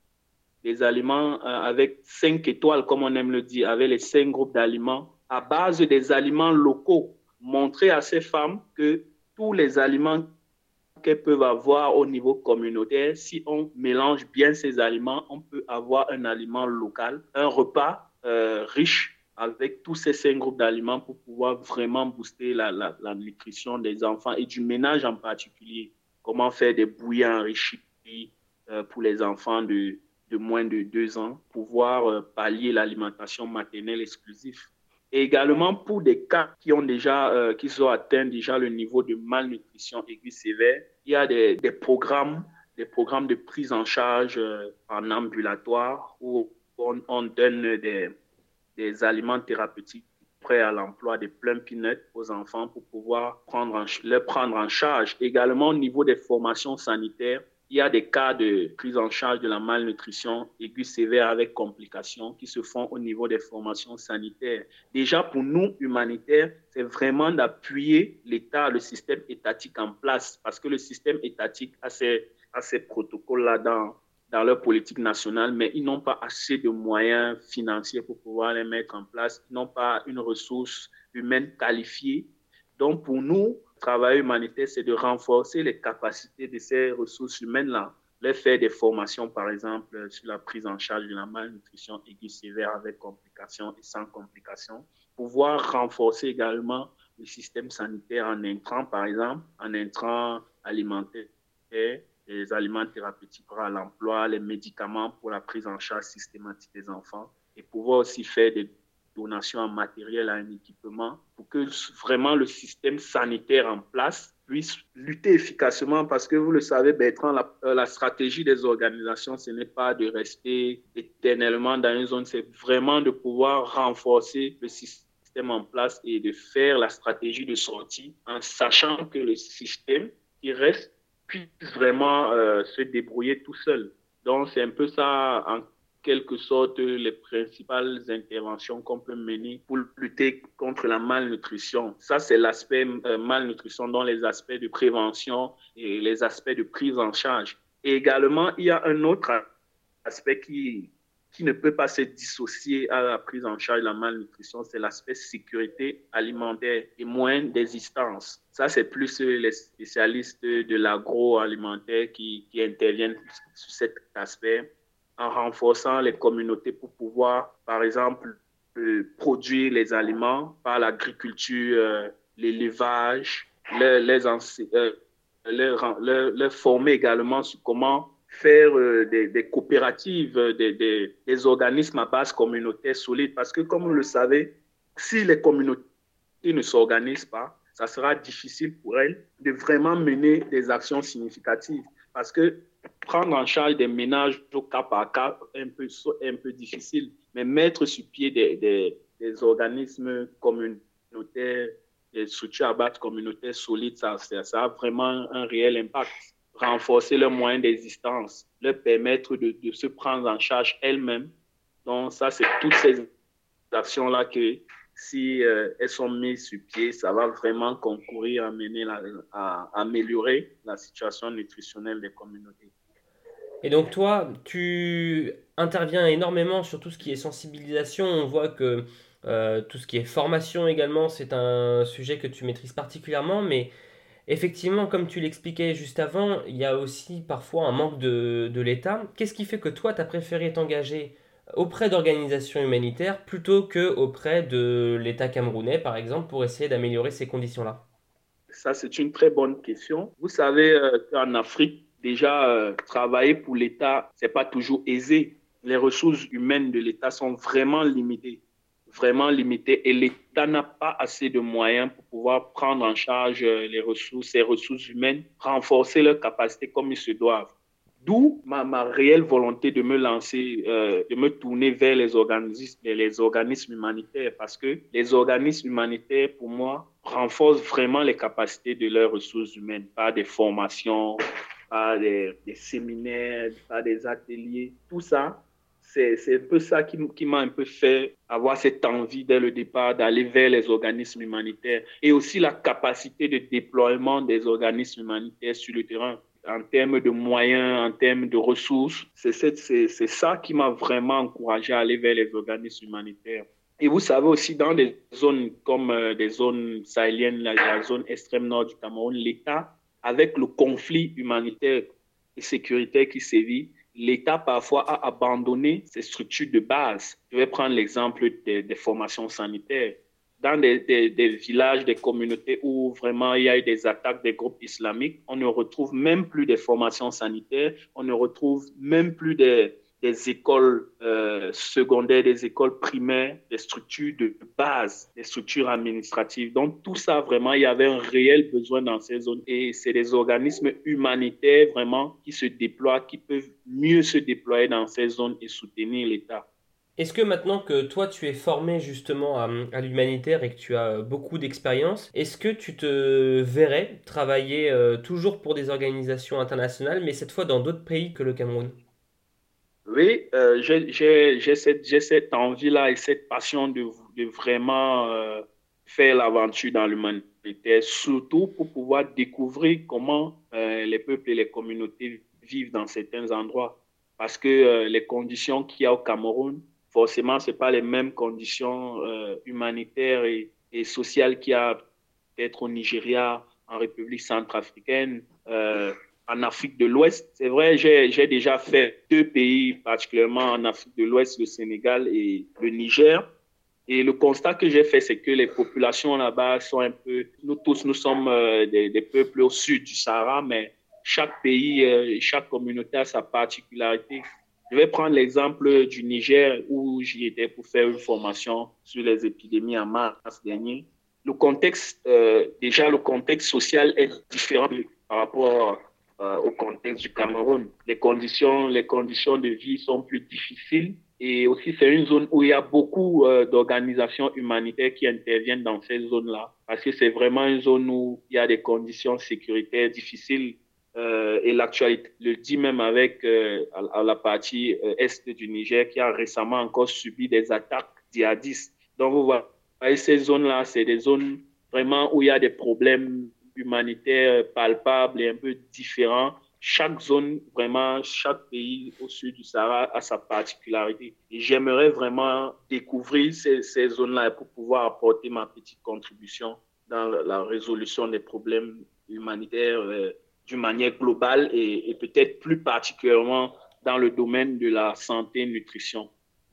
des aliments euh, avec cinq étoiles, comme on aime le dire, avec les cinq groupes d'aliments, à base des aliments locaux. Montrer à ces femmes que tous les aliments qu'elles peuvent avoir au niveau communautaire, si on mélange bien ces aliments, on peut avoir un aliment local, un repas euh, riche avec tous ces cinq groupes d'aliments pour pouvoir vraiment booster la, la, la nutrition des enfants et du ménage en particulier. Comment faire des bouillies enrichies euh, pour les enfants de, de moins de deux ans, pouvoir euh, pallier l'alimentation maternelle exclusive. Et également pour des cas qui ont déjà, euh, qui ont atteint déjà le niveau de malnutrition aiguë sévère, il y a des, des programmes, des programmes de prise en charge euh, en ambulatoire où on, on donne des, des aliments thérapeutiques prêts à l'emploi, des plum peanuts aux enfants pour pouvoir prendre en, les prendre en charge. Également au niveau des formations sanitaires, il y a des cas de prise en charge de la malnutrition aiguë sévère avec complications qui se font au niveau des formations sanitaires. Déjà, pour nous, humanitaires, c'est vraiment d'appuyer l'État, le système étatique en place, parce que le système étatique a ces, a ces protocoles-là dans, dans leur politique nationale, mais ils n'ont pas assez de moyens financiers pour pouvoir les mettre en place. Ils n'ont pas une ressource humaine qualifiée. Donc, pour nous, travail humanitaire, c'est de renforcer les capacités de ces ressources humaines-là, leur faire des formations, par exemple, sur la prise en charge de la malnutrition aiguë sévère avec complications et sans complications, pouvoir renforcer également le système sanitaire en intrants, par exemple, en intrants alimentaires, les aliments thérapeutiques à l'emploi, les médicaments pour la prise en charge systématique des enfants, et pouvoir aussi faire des donations en matériel, en équipement, pour que vraiment le système sanitaire en place puisse lutter efficacement, parce que vous le savez, Bertrand, la, la stratégie des organisations, ce n'est pas de rester éternellement dans une zone, c'est vraiment de pouvoir renforcer le système en place et de faire la stratégie de sortie en sachant que le système qui reste puisse vraiment euh, se débrouiller tout seul. Donc, c'est un peu ça, en quelque sorte, les principales interventions qu'on peut mener pour lutter contre la malnutrition. Ça, c'est l'aspect euh, malnutrition, dans les aspects de prévention et les aspects de prise en charge. Et également, il y a un autre aspect qui, qui ne peut pas se dissocier à la prise en charge de la malnutrition, c'est l'aspect sécurité alimentaire et moyens d'existence. Ça, c'est plus les spécialistes de l'agroalimentaire qui, qui interviennent sur cet aspect en renforçant les communautés pour pouvoir, par exemple, euh, produire les aliments par l'agriculture, euh, l'élevage, les, les, euh, les, les, les former également sur comment faire euh, des, des coopératives, des, des, des organismes à base communautaire solide. Parce que, comme vous le savez, si les communautés ne s'organisent pas, ça sera difficile pour elles de vraiment mener des actions significatives. Parce que prendre en charge des ménages au cas par cas est un peu, un peu difficile. Mais mettre sur pied des, des, des organismes communautaires, des structures à base communautaire solides, ça, ça a vraiment un réel impact. Renforcer leurs moyens d'existence, leur permettre de, de se prendre en charge elles-mêmes. Donc, ça, c'est toutes ces actions-là que, si euh, elles sont mises sur pied, ça va vraiment concourir à, mener la, à, à améliorer la situation nutritionnelle des communautés. Et donc toi, tu interviens énormément sur tout ce qui est sensibilisation. On voit que euh, tout ce qui est formation également, c'est un sujet que tu maîtrises particulièrement, mais effectivement, comme tu l'expliquais juste avant, il y a aussi parfois un manque de, de l'État. Qu'est-ce qui fait que toi, tu as préféré t'engager auprès d'organisations humanitaires plutôt qu'auprès de l'État camerounais, par exemple, pour essayer d'améliorer ces conditions-là? Ça, c'est une très bonne question. Vous savez euh, qu'en Afrique, déjà, euh, travailler pour l'État, ce n'est pas toujours aisé. Les ressources humaines de l'État sont vraiment limitées. Vraiment limitées. Et l'État n'a pas assez de moyens pour pouvoir prendre en charge les ressources, ces ressources humaines, renforcer leurs capacités comme ils se doivent. D'où ma, ma réelle volonté de me lancer, euh, de me tourner vers les organismes, les organismes humanitaires, parce que les organismes humanitaires, pour moi, renforcent vraiment les capacités de leurs ressources humaines par des formations, par des, des séminaires, par des ateliers. Tout ça, c'est, c'est un peu ça qui, qui m'a un peu fait avoir cette envie dès le départ d'aller vers les organismes humanitaires et aussi la capacité de déploiement des organismes humanitaires sur le terrain en termes de moyens, en termes de ressources. C'est, c'est, c'est, c'est ça qui m'a vraiment encouragé à aller vers les organismes humanitaires. Et vous savez aussi, dans des zones comme euh, des zones sahéliennes, la, la zone extrême nord du Cameroun, l'État, avec le conflit humanitaire et sécuritaire qui sévit, l'État parfois a abandonné ses structures de base. Je vais prendre l'exemple des, des formations sanitaires. Dans des, des, des villages, des communautés où vraiment il y a eu des attaques des groupes islamiques, on ne retrouve même plus des formations sanitaires, on ne retrouve même plus des, des écoles euh, secondaires, des écoles primaires, des structures de base, des structures administratives. Donc tout ça, vraiment, il y avait un réel besoin dans ces zones. Et c'est des organismes humanitaires vraiment qui se déploient, qui peuvent mieux se déployer dans ces zones et soutenir l'État. Est-ce que maintenant que toi tu es formé justement à, à l'humanitaire et que tu as beaucoup d'expérience, est-ce que tu te verrais travailler euh, toujours pour des organisations internationales, mais cette fois dans d'autres pays que le Cameroun? Oui, euh, j'ai, j'ai, j'ai cette, j'ai cette envie-là et cette passion de, de vraiment euh, faire l'aventure dans l'humanitaire, surtout pour pouvoir découvrir comment euh, les peuples et les communautés vivent dans certains endroits. Parce que euh, les conditions qu'il y a au Cameroun, forcément, ce pas les mêmes conditions euh, humanitaires et, et sociales qu'il y a peut-être au Nigeria, en République centrafricaine. Euh, en Afrique de l'Ouest. C'est vrai, j'ai, j'ai déjà fait deux pays, particulièrement en Afrique de l'Ouest, le Sénégal et le Niger. Et le constat que j'ai fait, c'est que les populations là-bas sont un peu... Nous tous, nous sommes euh, des, des peuples au sud du Sahara, mais chaque pays, euh, chaque communauté a sa particularité. Je vais prendre l'exemple du Niger, où j'y étais pour faire une formation sur les épidémies en mars dernier. Le contexte, euh, déjà, le contexte social est différent par rapport euh, au contexte du Cameroun. Les conditions, les conditions de vie sont plus difficiles et aussi c'est une zone où il y a beaucoup euh, d'organisations humanitaires qui interviennent dans ces zones-là parce que c'est vraiment une zone où il y a des conditions sécuritaires difficiles Euh, et l'actualité le dit même avec euh, à, à la partie euh, est du Niger qui a récemment encore subi des attaques djihadistes. Donc, vous voyez, ces zones-là, c'est des zones vraiment où il y a des problèmes humanitaires palpables et un peu différents. Chaque zone, vraiment, chaque pays au sud du Sahara a sa particularité. Et j'aimerais vraiment découvrir ces, ces zones-là pour pouvoir apporter ma petite contribution dans la, la résolution des problèmes humanitaires euh, d'une manière globale et, et peut-être plus particulièrement dans le domaine de la santé et nutrition.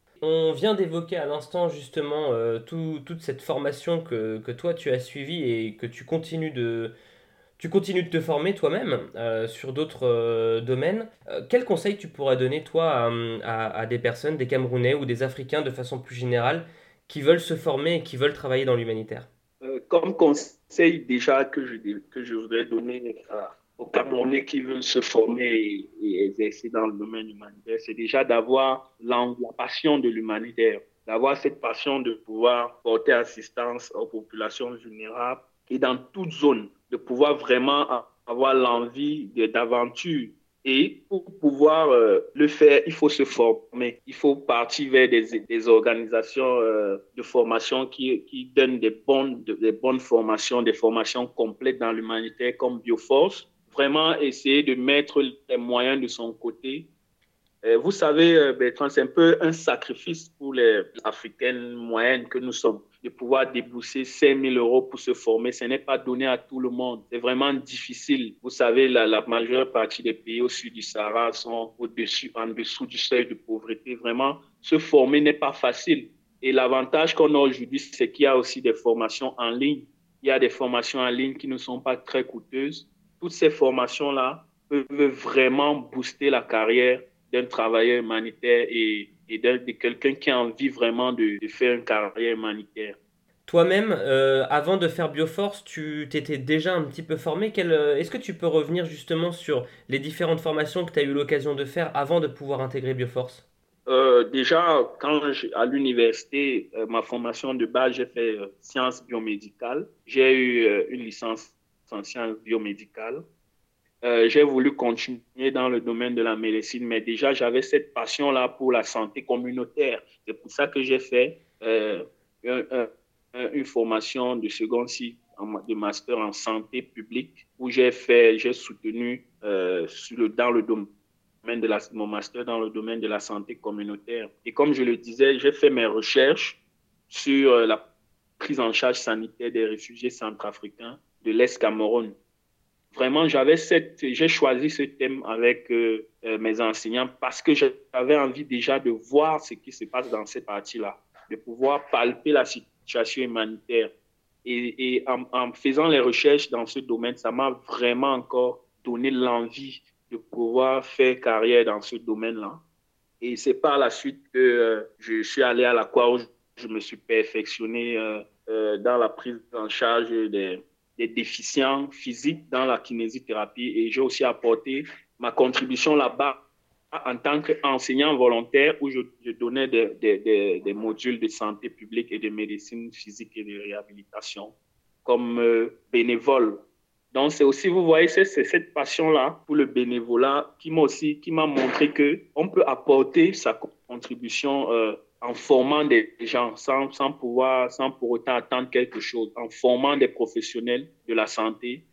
On vient d'évoquer à l'instant justement euh, tout- toute cette formation que, que toi tu as suivie et que tu continues de, tu continues de te former toi-même euh, sur d'autres euh, domaines. Euh, quel conseil tu pourrais donner toi à, à- à des personnes, des Camerounais ou des Africains de façon plus générale qui veulent se former et qui veulent travailler dans l'humanitaire? Euh, comme conseil déjà que je, que je voudrais donner à, aux Camerounais qui veulent se former et, et exercer dans le domaine humanitaire, c'est déjà d'avoir la, la passion de l'humanitaire, d'avoir cette passion de pouvoir porter assistance aux populations vulnérables et dans toute zone, de pouvoir vraiment avoir l'envie d'aventure. Et pour pouvoir euh, le faire, il faut se former. Il faut partir vers des, des organisations euh, de formation qui, qui donnent des bonnes, des bonnes formations, des formations complètes dans l'humanitaire comme Bioforce. Vraiment essayer de mettre les moyens de son côté. Euh, vous savez, euh, Bertrand, c'est un peu un sacrifice pour les Africaines moyennes que nous sommes de pouvoir débourser cinq mille euros pour se former. Ce n'est pas donné à tout le monde. C'est vraiment difficile. Vous savez, la, la majeure partie des pays au sud du Sahara sont au-dessus, en dessous du seuil de pauvreté. Vraiment, se former n'est pas facile. Et l'avantage qu'on a aujourd'hui, c'est qu'il y a aussi des formations en ligne. Il y a des formations en ligne qui ne sont pas très coûteuses. Toutes ces formations-là peuvent vraiment booster la carrière d'un travailleur humanitaire et, et de, de quelqu'un qui a envie vraiment de, de faire une carrière humanitaire. Toi-même, euh, avant de faire Bioforce, tu t'étais déjà un petit peu formé. Quel, euh, est-ce que tu peux revenir justement sur les différentes formations que tu as eu l'occasion de faire avant de pouvoir intégrer Bioforce? Euh, déjà, quand je, à l'université, euh, ma formation de base, j'ai fait euh, sciences biomédicales. J'ai eu euh, une licence en sciences biomédicales. Euh, j'ai voulu continuer dans le domaine de la médecine, mais déjà, j'avais cette passion-là pour la santé communautaire. C'est pour ça que j'ai fait euh, un, un, une formation de second cycle de master en santé publique où j'ai fait, j'ai soutenu euh, sur le, dans le domaine de la, mon master dans le domaine de la santé communautaire. Et comme je le disais, j'ai fait mes recherches sur la prise en charge sanitaire des réfugiés centrafricains de l'Est Cameroun. Vraiment, j'avais cette, j'ai choisi ce thème avec euh, euh, mes enseignants parce que j'avais envie déjà de voir ce qui se passe dans cette partie-là, de pouvoir palper la situation humanitaire. Et, et en, en, faisant les recherches dans ce domaine, ça m'a vraiment encore donné l'envie de pouvoir faire carrière dans ce domaine-là. Et c'est par la suite que euh, je suis allé à la Croix-Rouge, je me suis perfectionné euh, euh, dans la prise en charge des, des déficients physiques dans la kinésithérapie et j'ai aussi apporté ma contribution là-bas en tant qu'enseignant volontaire où je, je donnais des, des, des, des, modules de santé publique et de médecine physique et de réhabilitation comme euh, bénévole. Donc, c'est aussi, vous voyez, c'est, c'est cette passion-là pour le bénévolat qui m'a aussi, qui m'a montré qu'on peut apporter sa contribution euh, en formant des gens sans, sans pouvoir, sans pour autant attendre quelque chose, en formant des professionnels de la santé.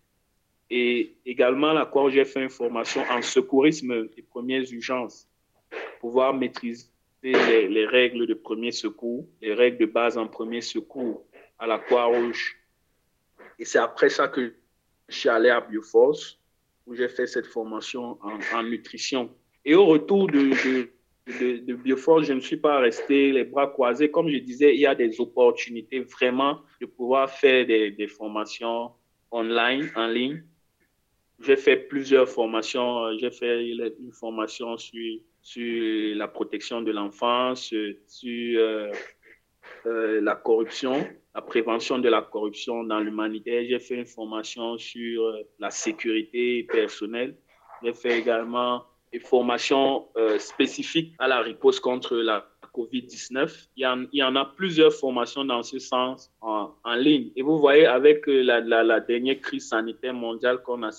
Et également, là, quoi, j'ai fait une formation en secourisme des premières urgences, pouvoir maîtriser les, les règles de premier secours, les règles de base en premier secours à la Croix-Rouge. Et c'est après ça que je suis allé à Bioforce, où j'ai fait cette formation en, en nutrition. Et au retour de, de, de, de Bioforce, je ne suis pas resté les bras croisés. Comme je disais, il y a des opportunités vraiment de pouvoir faire des, des formations online, en ligne. J'ai fait plusieurs formations. J'ai fait une formation sur, sur la protection de l'enfance, sur euh, euh, la corruption, la prévention de la corruption dans l'humanitaire. J'ai fait une formation sur euh, la sécurité personnelle. J'ai fait également une formation euh, spécifique à la riposte contre la covid dix-neuf. Il y, en, il y en a plusieurs formations dans ce sens en, en ligne. Et vous voyez, avec la, la, la dernière crise sanitaire mondiale qu'on assiste,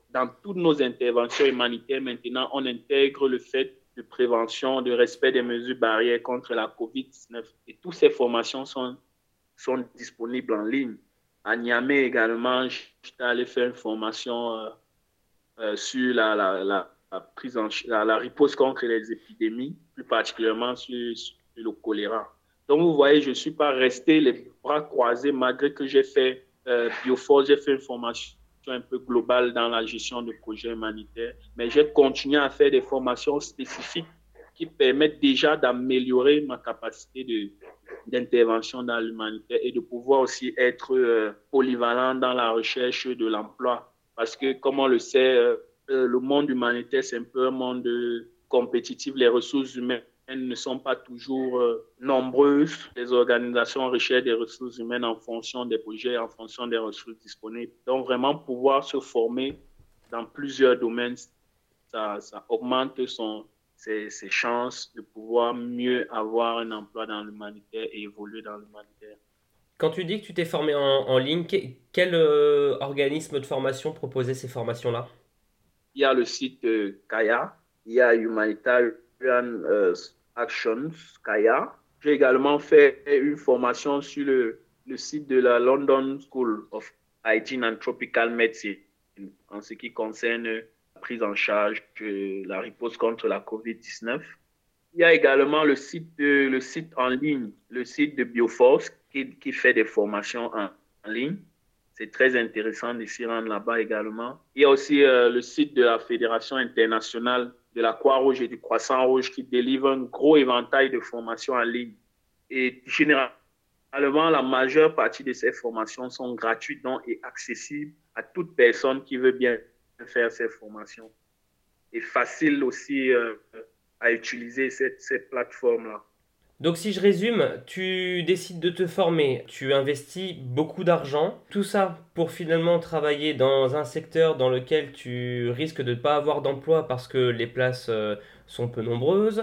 dans toutes nos interventions humanitaires, maintenant, on intègre le fait de prévention, de respect des mesures barrières contre la covid dix-neuf. Et toutes ces formations sont, sont disponibles en ligne. À Niamey également, j'étais allé faire une formation euh, euh, sur la, la, la, la prise en la, la riposte contre les épidémies, plus particulièrement sur, sur le choléra. Donc, vous voyez, je ne suis pas resté les bras croisés malgré que j'ai fait euh, Bioforce, j'ai fait une formation un peu globale dans la gestion de projets humanitaires, mais j'ai continué à faire des formations spécifiques qui permettent déjà d'améliorer ma capacité de, d'intervention dans l'humanitaire et de pouvoir aussi être euh, polyvalent dans la recherche de l'emploi. Parce que, comme on le sait, euh, le monde humanitaire, c'est un peu un monde compétitif. Les ressources humaines ne sont pas toujours euh, nombreuses. Les organisations recherchent des ressources humaines en fonction des projets, en fonction des ressources disponibles. Donc, vraiment, pouvoir se former dans plusieurs domaines, ça, ça augmente son, ses, ses chances de pouvoir mieux avoir un emploi dans l'humanitaire et évoluer dans l'humanitaire. Quand tu dis que tu t'es formé en, en ligne, quel euh, organisme de formation proposait ces formations-là? Il y a le site euh, Kaya, il y a Humanitarian euh, Actions, Kaya. J'ai également fait une formation sur le, le site de la London School of Hygiene and Tropical Medicine en ce qui concerne la prise en charge de la riposte contre la covid dix-neuf. Il y a également le site, de, le site en ligne, le site de Bioforce qui, qui fait des formations en, en ligne. C'est très intéressant de s'y rendre là-bas également. Il y a aussi euh, le site de la Fédération internationale de la Croix-Rouge et du Croissant-Rouge qui délivre un gros éventail de formations en ligne. Et généralement, la majeure partie de ces formations sont gratuites donc, et accessibles à toute personne qui veut bien faire ces formations. Et facile aussi euh, à utiliser cette, cette plateforme-là. Donc si je résume, tu décides de te former, tu investis beaucoup d'argent, tout ça pour finalement travailler dans un secteur dans lequel tu risques de ne pas avoir d'emploi parce que les places euh, sont peu nombreuses,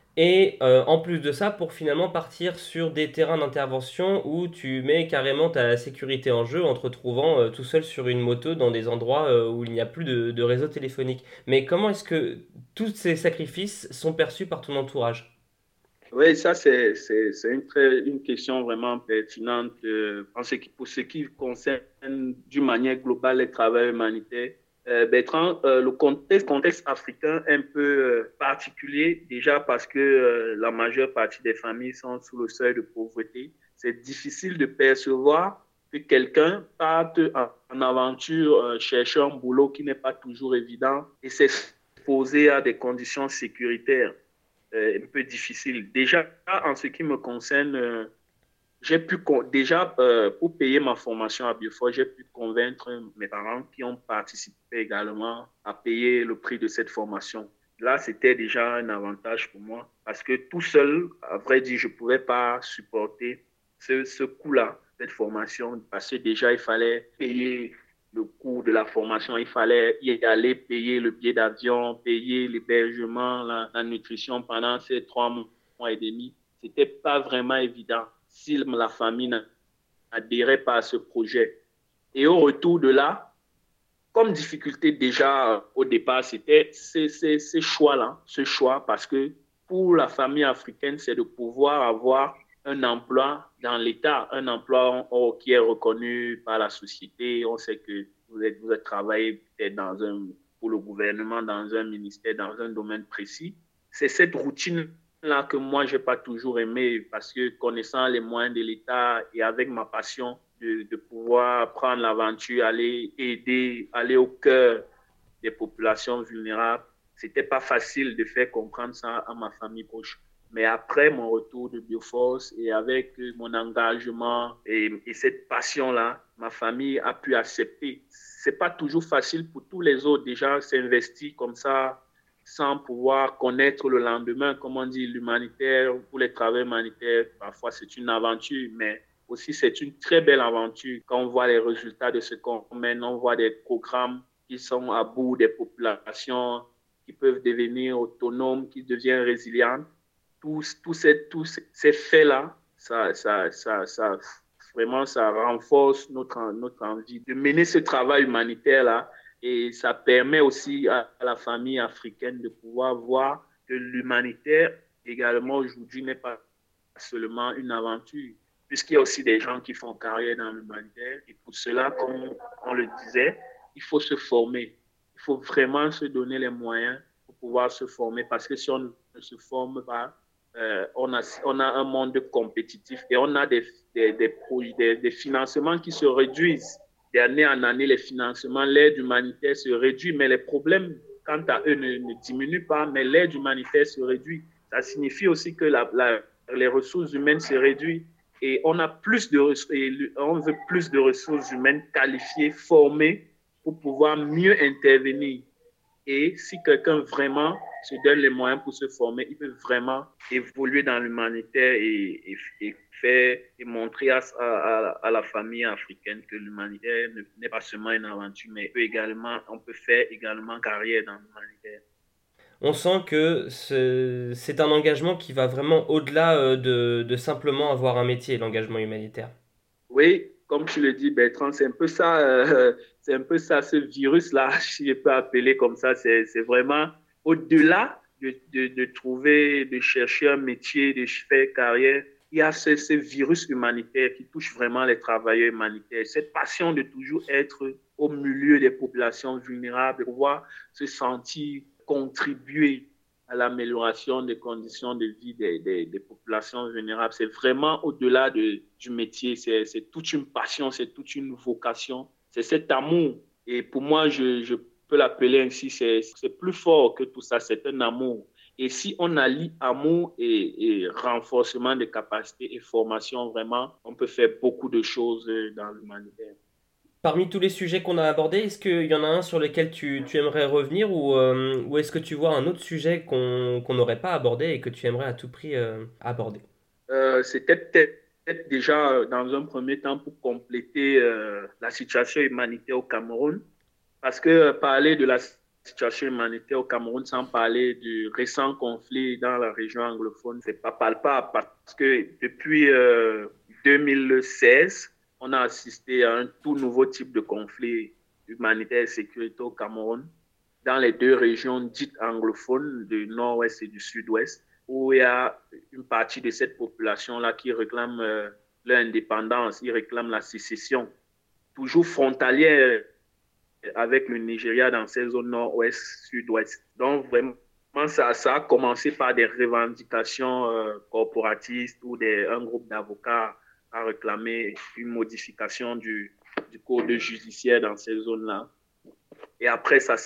et euh, en plus de ça pour finalement partir sur des terrains d'intervention où tu mets carrément ta sécurité en jeu en te retrouvant euh, tout seul sur une moto dans des endroits euh, où il n'y a plus de, de réseau téléphonique. Mais comment est-ce que tous ces sacrifices sont perçus par ton entourage? Oui, ça, c'est, c'est, c'est une, très, une question vraiment pertinente euh, en ce qui, pour ce qui concerne d'une manière globale les travailleurs humanitaires. Euh, Bertrand, euh, le contexte, contexte africain est un peu euh, particulier, déjà parce que euh, la majeure partie des familles sont sous le seuil de pauvreté. C'est difficile de percevoir que quelqu'un parte en, en aventure, euh, chercher un boulot qui n'est pas toujours évident et s'exposer à des conditions sécuritaires euh, un peu difficile. Déjà, en ce qui me concerne, euh, j'ai pu, déjà, euh, pour payer ma formation à Bioforce, j'ai pu convaincre mes parents qui ont participé également à payer le prix de cette formation. Là, c'était déjà un avantage pour moi parce que tout seul, à vrai dire, je ne pouvais pas supporter ce, ce coût-là, cette formation, parce que déjà, il fallait payer le coût de la formation, il fallait y aller, payer le billet d'avion, payer l'hébergement, la, la nutrition pendant ces trois mois et demi. Ce n'était pas vraiment évident si la famille n'adhérait pas à ce projet. Et au retour de là, comme difficulté déjà euh, au départ, c'était ces, ces, ces choix-là, ce choix, parce que pour la famille africaine, c'est de pouvoir avoir un emploi dans l'État, un emploi oh, qui est reconnu par la société. On sait que vous êtes, vous êtes travaillé peut-être dans un, pour le gouvernement, dans un ministère, dans un domaine précis. C'est cette routine-là que moi, je n'ai pas toujours aimé parce que connaissant les moyens de l'État et avec ma passion, de, de pouvoir prendre l'aventure, aller aider, aller au cœur des populations vulnérables. C'était pas facile de faire comprendre ça à ma famille proche. Mais après mon retour de Bioforce et avec mon engagement et, et cette passion-là, ma famille a pu accepter. C'est pas toujours facile pour tous les autres déjà s'investir comme ça sans pouvoir connaître le lendemain. Comme on dit, l'humanitaire, pour les travaux humanitaires, parfois c'est une aventure, mais aussi c'est une très belle aventure quand on voit les résultats de ce qu'on mène, on voit des programmes qui sont à bout des populations, qui peuvent devenir autonomes, qui deviennent résilientes. Tous, tous ces, tous ces faits-là, ça, ça, ça, ça, vraiment, ça renforce notre, notre envie de mener ce travail humanitaire-là Et ça permet aussi à, à la famille africaine de pouvoir voir que l'humanitaire également aujourd'hui n'est pas seulement une aventure, puisqu'il y a aussi des gens qui font carrière dans l'humanitaire. Et pour cela, comme on le disait, il faut se former. Il faut vraiment se donner les moyens pour pouvoir se former, parce que si on ne se forme pas, euh, on, a, on a un monde compétitif et on a des, des, des, projets, des, des financements qui se réduisent. D'année en année, les financements, l'aide humanitaire se réduit, mais les problèmes, quant à eux, ne, ne diminuent pas, mais l'aide humanitaire se réduit. Ça signifie aussi que la, la, les ressources humaines se réduisent et on a plus de, et on veut plus de ressources humaines qualifiées, formées pour pouvoir mieux intervenir. Et si quelqu'un vraiment se donne les moyens pour se former, il peut vraiment évoluer dans l'humanitaire et, et, et faire et montrer à, à, à la famille africaine que l'humanitaire n'est pas seulement une aventure, mais peut également, on peut faire également carrière dans l'humanitaire. On sent que c'est un engagement qui va vraiment au-delà de, de simplement avoir un métier, l'engagement humanitaire. Oui, comme tu le dis, Bertrand, c'est un peu ça, euh, c'est un peu ça, ce virus-là, si je peux appeler comme ça, c'est vraiment au-delà de, de, de trouver, de chercher un métier, de faire carrière. Il y a ce, ce virus humanitaire qui touche vraiment les travailleurs humanitaires. Cette passion de toujours être au milieu des populations vulnérables, de pouvoir se sentir contribuer à l'amélioration des conditions de vie des, des, des populations vulnérables. C'est vraiment au-delà de, du métier, c'est toute une passion, c'est toute une vocation, c'est cet amour. Et pour moi, je, je peux l'appeler ainsi, c'est plus fort que tout ça, c'est un amour. Et si on allie amour et, et renforcement des capacités et formation, vraiment, on peut faire beaucoup de choses dans l'humanitaire. Parmi tous les sujets qu'on a abordés, est-ce qu'il y en a un sur lequel tu, tu aimerais revenir ou, euh, ou est-ce que tu vois un autre sujet qu'on qu'on n'aurait pas abordé et que tu aimerais à tout prix euh, aborder? euh, C'était peut-être déjà dans un premier temps pour compléter euh, la situation humanitaire au Cameroun, parce que euh, parler de la situation humanitaire au Cameroun sans parler du récent conflit dans la région anglophone, c'est pas palpable, parce que depuis euh, deux mille seize, on a assisté à un tout nouveau type de conflit humanitaire et sécurité au Cameroun, dans les deux régions dites anglophones, du nord-ouest et du sud-ouest, où il y a une partie de cette population-là qui réclame euh, l'indépendance, qui réclame la sécession, toujours frontalière avec le Nigeria dans ces zones nord-ouest, sud-ouest. Donc, vraiment, ça, ça a commencé par des revendications euh, corporatistes où des, un groupe d'avocats a réclamé une modification du, du code judiciaire dans ces zones-là. Et après, ça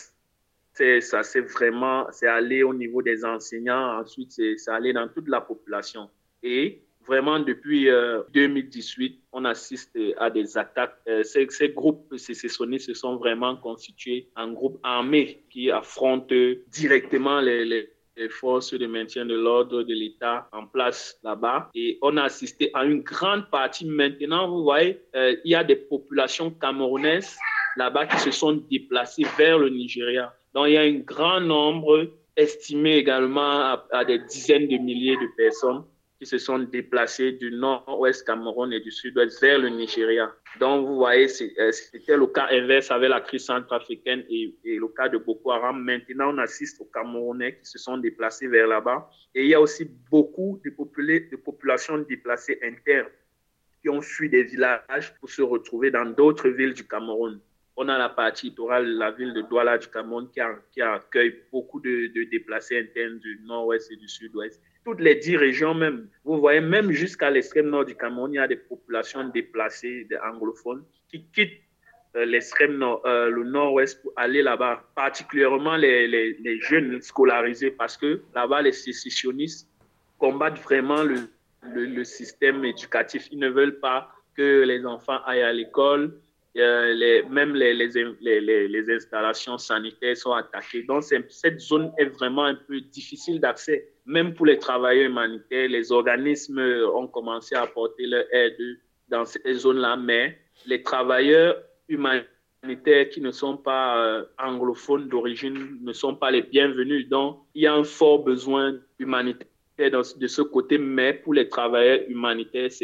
ça c'est vraiment, c'est allé au niveau des enseignants, ensuite c'est allé dans toute la population. Et vraiment depuis euh, deux mille dix-huit, on assiste à des attaques. Euh, ces, ces groupes sécessionnistes se sont vraiment constitués en groupes armés qui affrontent directement les, les les forces de maintien de l'ordre de l'État en place là-bas. Et on a assisté à une grande partie. Maintenant, vous voyez, euh, il y a des populations camerounaises là-bas qui se sont déplacées vers le Nigeria. Donc, il y a un grand nombre, estimé également à, à des dizaines de milliers de personnes qui se sont déplacées du nord-ouest Cameroun et du sud-ouest vers le Nigeria. Donc, vous voyez, c'était le cas inverse avec la crise centrafricaine et, et le cas de Boko Haram. Maintenant, on assiste aux Camerounais qui se sont déplacés vers là-bas. Et il y a aussi beaucoup de, popula- de populations déplacées internes qui ont fui des villages pour se retrouver dans d'autres villes du Cameroun. On a la partie littorale, la ville de Douala du Cameroun qui, a, qui accueille beaucoup de, de déplacés internes du nord-ouest et du sud-ouest. Toutes les dix régions même, vous voyez, même jusqu'à l'extrême nord du Cameroun, il y a des populations déplacées, des anglophones, qui quittent euh, l'extrême nord, euh, le nord-ouest pour aller là-bas, particulièrement les, les, les jeunes scolarisés, parce que là-bas, les sécessionnistes combattent vraiment le, le, le système éducatif. Ils ne veulent pas que les enfants aillent à l'école. Euh, les, même les, les, les, les installations sanitaires sont attaquées. Donc, cette zone est vraiment un peu difficile d'accès. Même pour les travailleurs humanitaires, les organismes ont commencé à apporter leur aide dans ces zones-là, mais les travailleurs humanitaires qui ne sont pas euh, anglophones d'origine ne sont pas les bienvenus. Donc, il y a un fort besoin humanitaire dans, de ce côté, mais pour les travailleurs humanitaires, c'est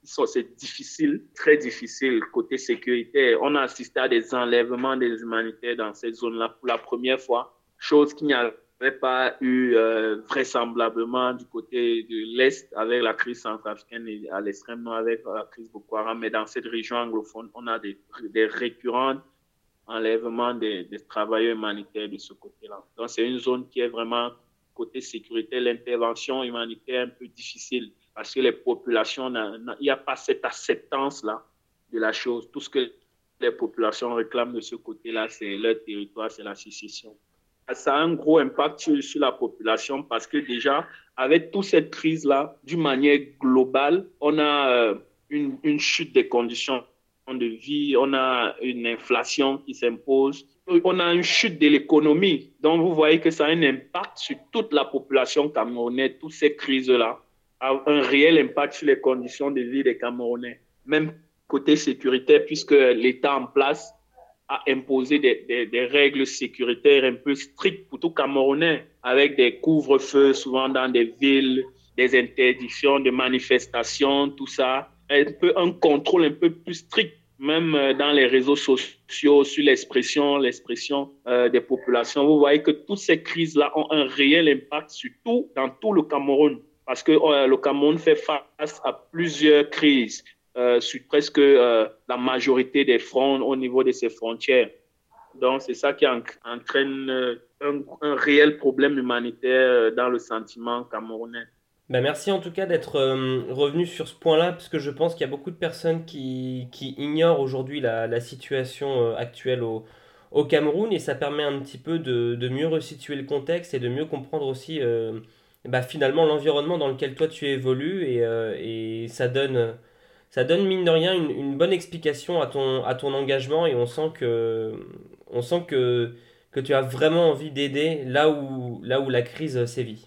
sont, c'est difficile, très difficile côté sécurité. On a assisté à des enlèvements des humanitaires dans cette zone-là pour la première fois, chose qu'il n'y avait pas eu euh, vraisemblablement du côté de l'Est avec la crise centrafricaine et à l'extrême nord avec la crise Boko Haram. Mais dans cette région anglophone, on a des, des récurrents enlèvements des, des travailleurs humanitaires de ce côté-là. Donc, c'est une zone qui est vraiment, côté sécurité, l'intervention humanitaire est un peu difficile parce que les populations, il n'y a pas cette acceptance-là de la chose. Tout ce que les populations réclament de ce côté-là, c'est leur territoire, c'est la sécession. Ça a un gros impact sur, sur la population parce que déjà, avec toute cette crise-là, d'une manière globale, on a euh, une, une chute des conditions de vie, on a une inflation qui s'impose, on a une chute de l'économie. Donc, vous voyez que ça a un impact sur toute la population camerounaise, toutes ces crises-là, ont un réel impact sur les conditions de vie des Camerounais. Même côté sécuritaire, puisque l'État en place a imposé des, des, des règles sécuritaires un peu strictes pour tout Camerounais, avec des couvre-feux souvent dans des villes, des interdictions de manifestations, tout ça. Un peu un contrôle un peu plus strict, même dans les réseaux sociaux, sur l'expression, l'expression euh, des populations. Vous voyez que toutes ces crises-là ont un réel impact sur tout, dans tout le Cameroun, parce que euh, le Cameroun fait face à plusieurs crises euh, sur presque euh, la majorité des fronts au niveau de ses frontières. Donc, c'est ça qui entraîne euh, un, un réel problème humanitaire dans le sentiment camerounais. Ben merci en tout cas d'être euh, revenu sur ce point-là, parce que je pense qu'il y a beaucoup de personnes qui, qui ignorent aujourd'hui la, la situation euh, actuelle au, au Cameroun, et ça permet un petit peu de, de mieux resituer le contexte et de mieux comprendre aussi euh, bah, finalement l'environnement dans lequel toi tu évolues, et, euh, et ça donne, ça donne mine de rien une, une bonne explication à ton, à ton engagement, et on sent que, on sent que, que tu as vraiment envie d'aider là où, là où la crise sévit.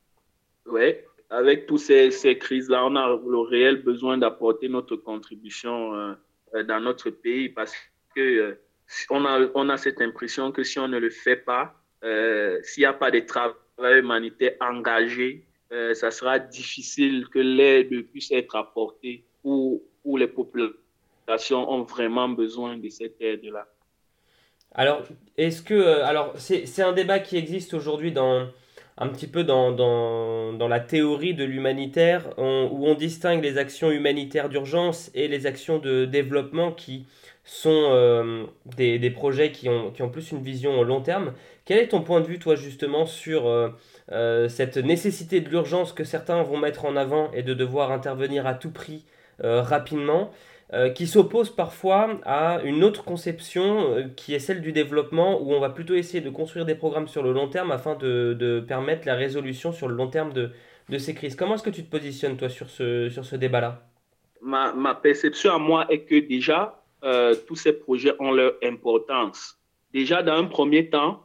Oui, avec toutes ces, ces crises-là, on a le réel besoin d'apporter notre contribution euh, dans notre pays parce que euh, on a, on a cette impression que si on ne le fait pas, euh, s'il n'y a pas de travail humanitaire engagé, euh, ça sera difficile que l'aide puisse être apportée où, où les populations ont vraiment besoin de cette aide-là. Alors, est-ce que, euh, alors, c'est, c'est un débat qui existe aujourd'hui dans, un petit peu dans, dans, dans la théorie de l'humanitaire, on- où on distingue les actions humanitaires d'urgence et les actions de développement qui sont euh, des, des projets qui ont, qui ont plus une vision long terme. Quel est ton point de vue, toi, justement, sur euh, euh, cette nécessité de l'urgence que certains vont mettre en avant et de devoir intervenir à tout prix euh, rapidement? Euh, qui s'oppose parfois à une autre conception euh, qui est celle du développement, où on va plutôt essayer de construire des programmes sur le long terme afin de, de permettre la résolution sur le long terme de, de ces crises. Comment est-ce que tu te positionnes, toi, sur ce, sur ce débat-là? Ma, ma perception à moi est que déjà, euh, tous ces projets ont leur importance. Déjà, dans un premier temps,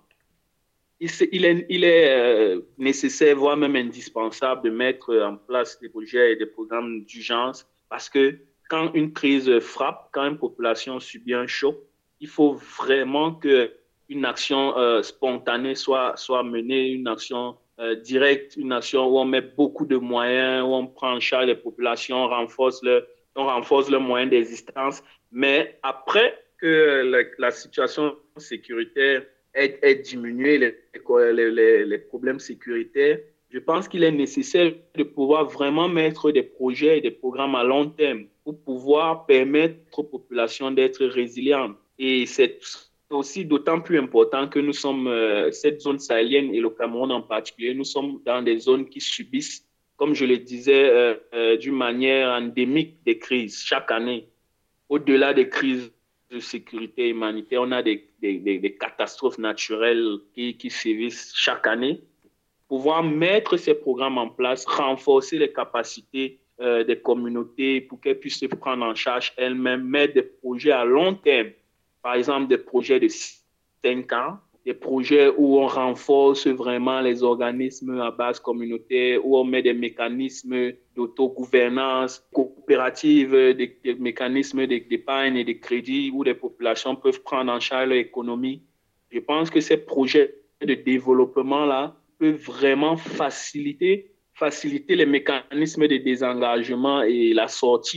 il, il est, il est euh, nécessaire, voire même indispensable, de mettre en place des projets et des programmes d'urgence parce que quand une crise frappe, quand une population subit un choc, il faut vraiment qu'une action euh, spontanée soit, soit menée, une action euh, directe, une action où on met beaucoup de moyens, où on prend en charge les populations, on renforce, le, on renforce leurs moyens d'existence. Mais après que la, la situation sécuritaire est, est diminuée, les, les, les, les problèmes sécuritaires, je pense qu'il est nécessaire de pouvoir vraiment mettre des projets et des programmes à long terme pour pouvoir permettre aux populations d'être résilientes. Et c'est aussi d'autant plus important que nous sommes, euh, cette zone sahélienne et le Cameroun en particulier, nous sommes dans des zones qui subissent, comme je le disais, euh, euh, d'une manière endémique des crises chaque année. Au-delà des crises de sécurité humanitaire, on a des, des, des, des catastrophes naturelles qui, qui sévissent chaque année. Pouvoir mettre ces programmes en place, renforcer les capacités euh, des communautés pour qu'elles puissent se prendre en charge elles-mêmes, mettre des projets à long terme, par exemple des projets de cinq ans, des projets où on renforce vraiment les organismes à base communautaire, où on met des mécanismes d'autogouvernance coopérative, des, des mécanismes d'épargne et de crédit où les populations peuvent prendre en charge leur économie. Je pense que ces projets de développement-là peut vraiment faciliter, faciliter les mécanismes de désengagement et la sortie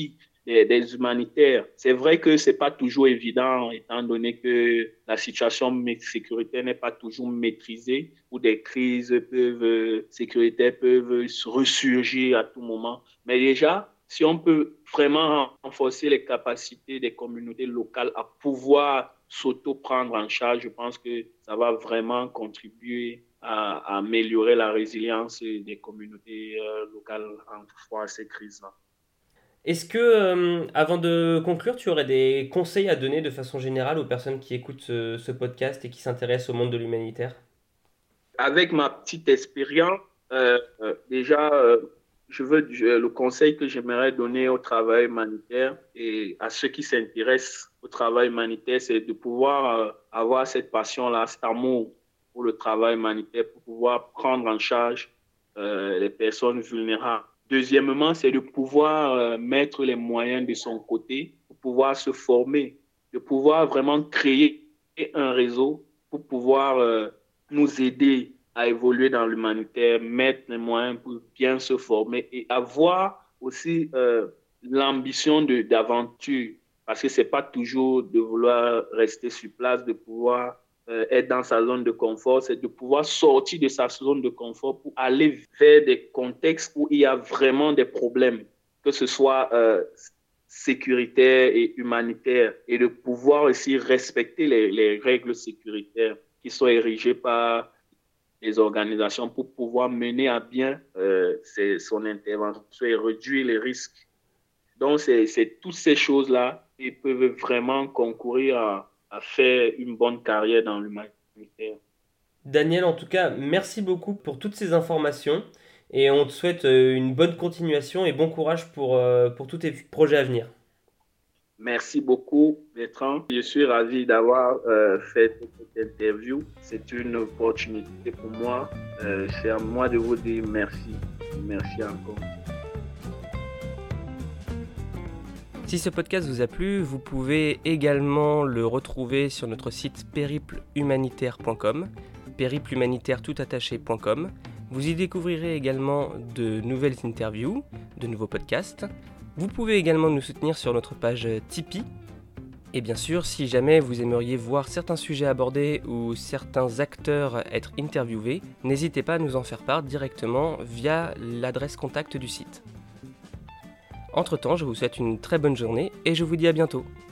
des, des humanitaires. C'est vrai que c'est pas toujours évident, étant donné que la situation sécuritaire n'est pas toujours maîtrisée, ou des crises peuvent, sécuritaires peuvent ressurgir à tout moment. Mais déjà, si on peut vraiment renforcer les capacités des communautés locales à pouvoir s'auto-prendre en charge, je pense que ça va vraiment contribuer à, à améliorer la résilience des communautés euh, locales en face à ces crises-là. Est-ce que, euh, avant de conclure, tu aurais des conseils à donner de façon générale aux personnes qui écoutent ce, ce podcast et qui s'intéressent au monde de l'humanitaire? Avec ma petite expérience, euh, euh, déjà, euh, je veux je- le conseil que j'aimerais donner au travail humanitaire et à ceux qui s'intéressent au travail humanitaire, c'est de pouvoir euh, avoir cette passion-là, cet amour pour le travail humanitaire, pour pouvoir prendre en charge euh, les personnes vulnérables. Deuxièmement, c'est de pouvoir euh, mettre les moyens de son côté pour pouvoir se former, de pouvoir vraiment créer un réseau pour pouvoir euh, nous aider à évoluer dans l'humanitaire, mettre les moyens pour bien se former et avoir aussi euh, l'ambition de, d'aventure, parce que c'est pas toujours de vouloir rester sur place, de pouvoir euh, être dans sa zone de confort, c'est de pouvoir sortir de sa zone de confort pour aller vers des contextes où il y a vraiment des problèmes, que ce soit euh, sécuritaire et humanitaire, et de pouvoir aussi respecter les, les règles sécuritaires qui sont érigées par les organisations pour pouvoir mener à bien euh, ses, son intervention et réduire les risques. Donc, c'est, c'est toutes ces choses-là qui peuvent vraiment concourir à, à faire une bonne carrière dans l'humanitaire. Daniel, en tout cas, merci beaucoup pour toutes ces informations et on te souhaite euh, une bonne continuation et bon courage pour, euh, pour tous tes projets à venir. Merci beaucoup, Bertrand. Je suis ravi d'avoir euh, fait cette interview. C'est une opportunité pour moi. Euh, c'est à moi de vous dire merci. Merci encore. Si ce podcast vous a plu, vous pouvez également le retrouver sur notre site périple humanitaire point com, périple humanitaire tout attaché point com. Vous y découvrirez également de nouvelles interviews, de nouveaux podcasts. Vous pouvez également nous soutenir sur notre page Tipeee. Et bien sûr, si jamais vous aimeriez voir certains sujets abordés ou certains acteurs être interviewés, n'hésitez pas à nous en faire part directement via l'adresse contact du site. Entre-temps, je vous souhaite une très bonne journée et je vous dis à bientôt.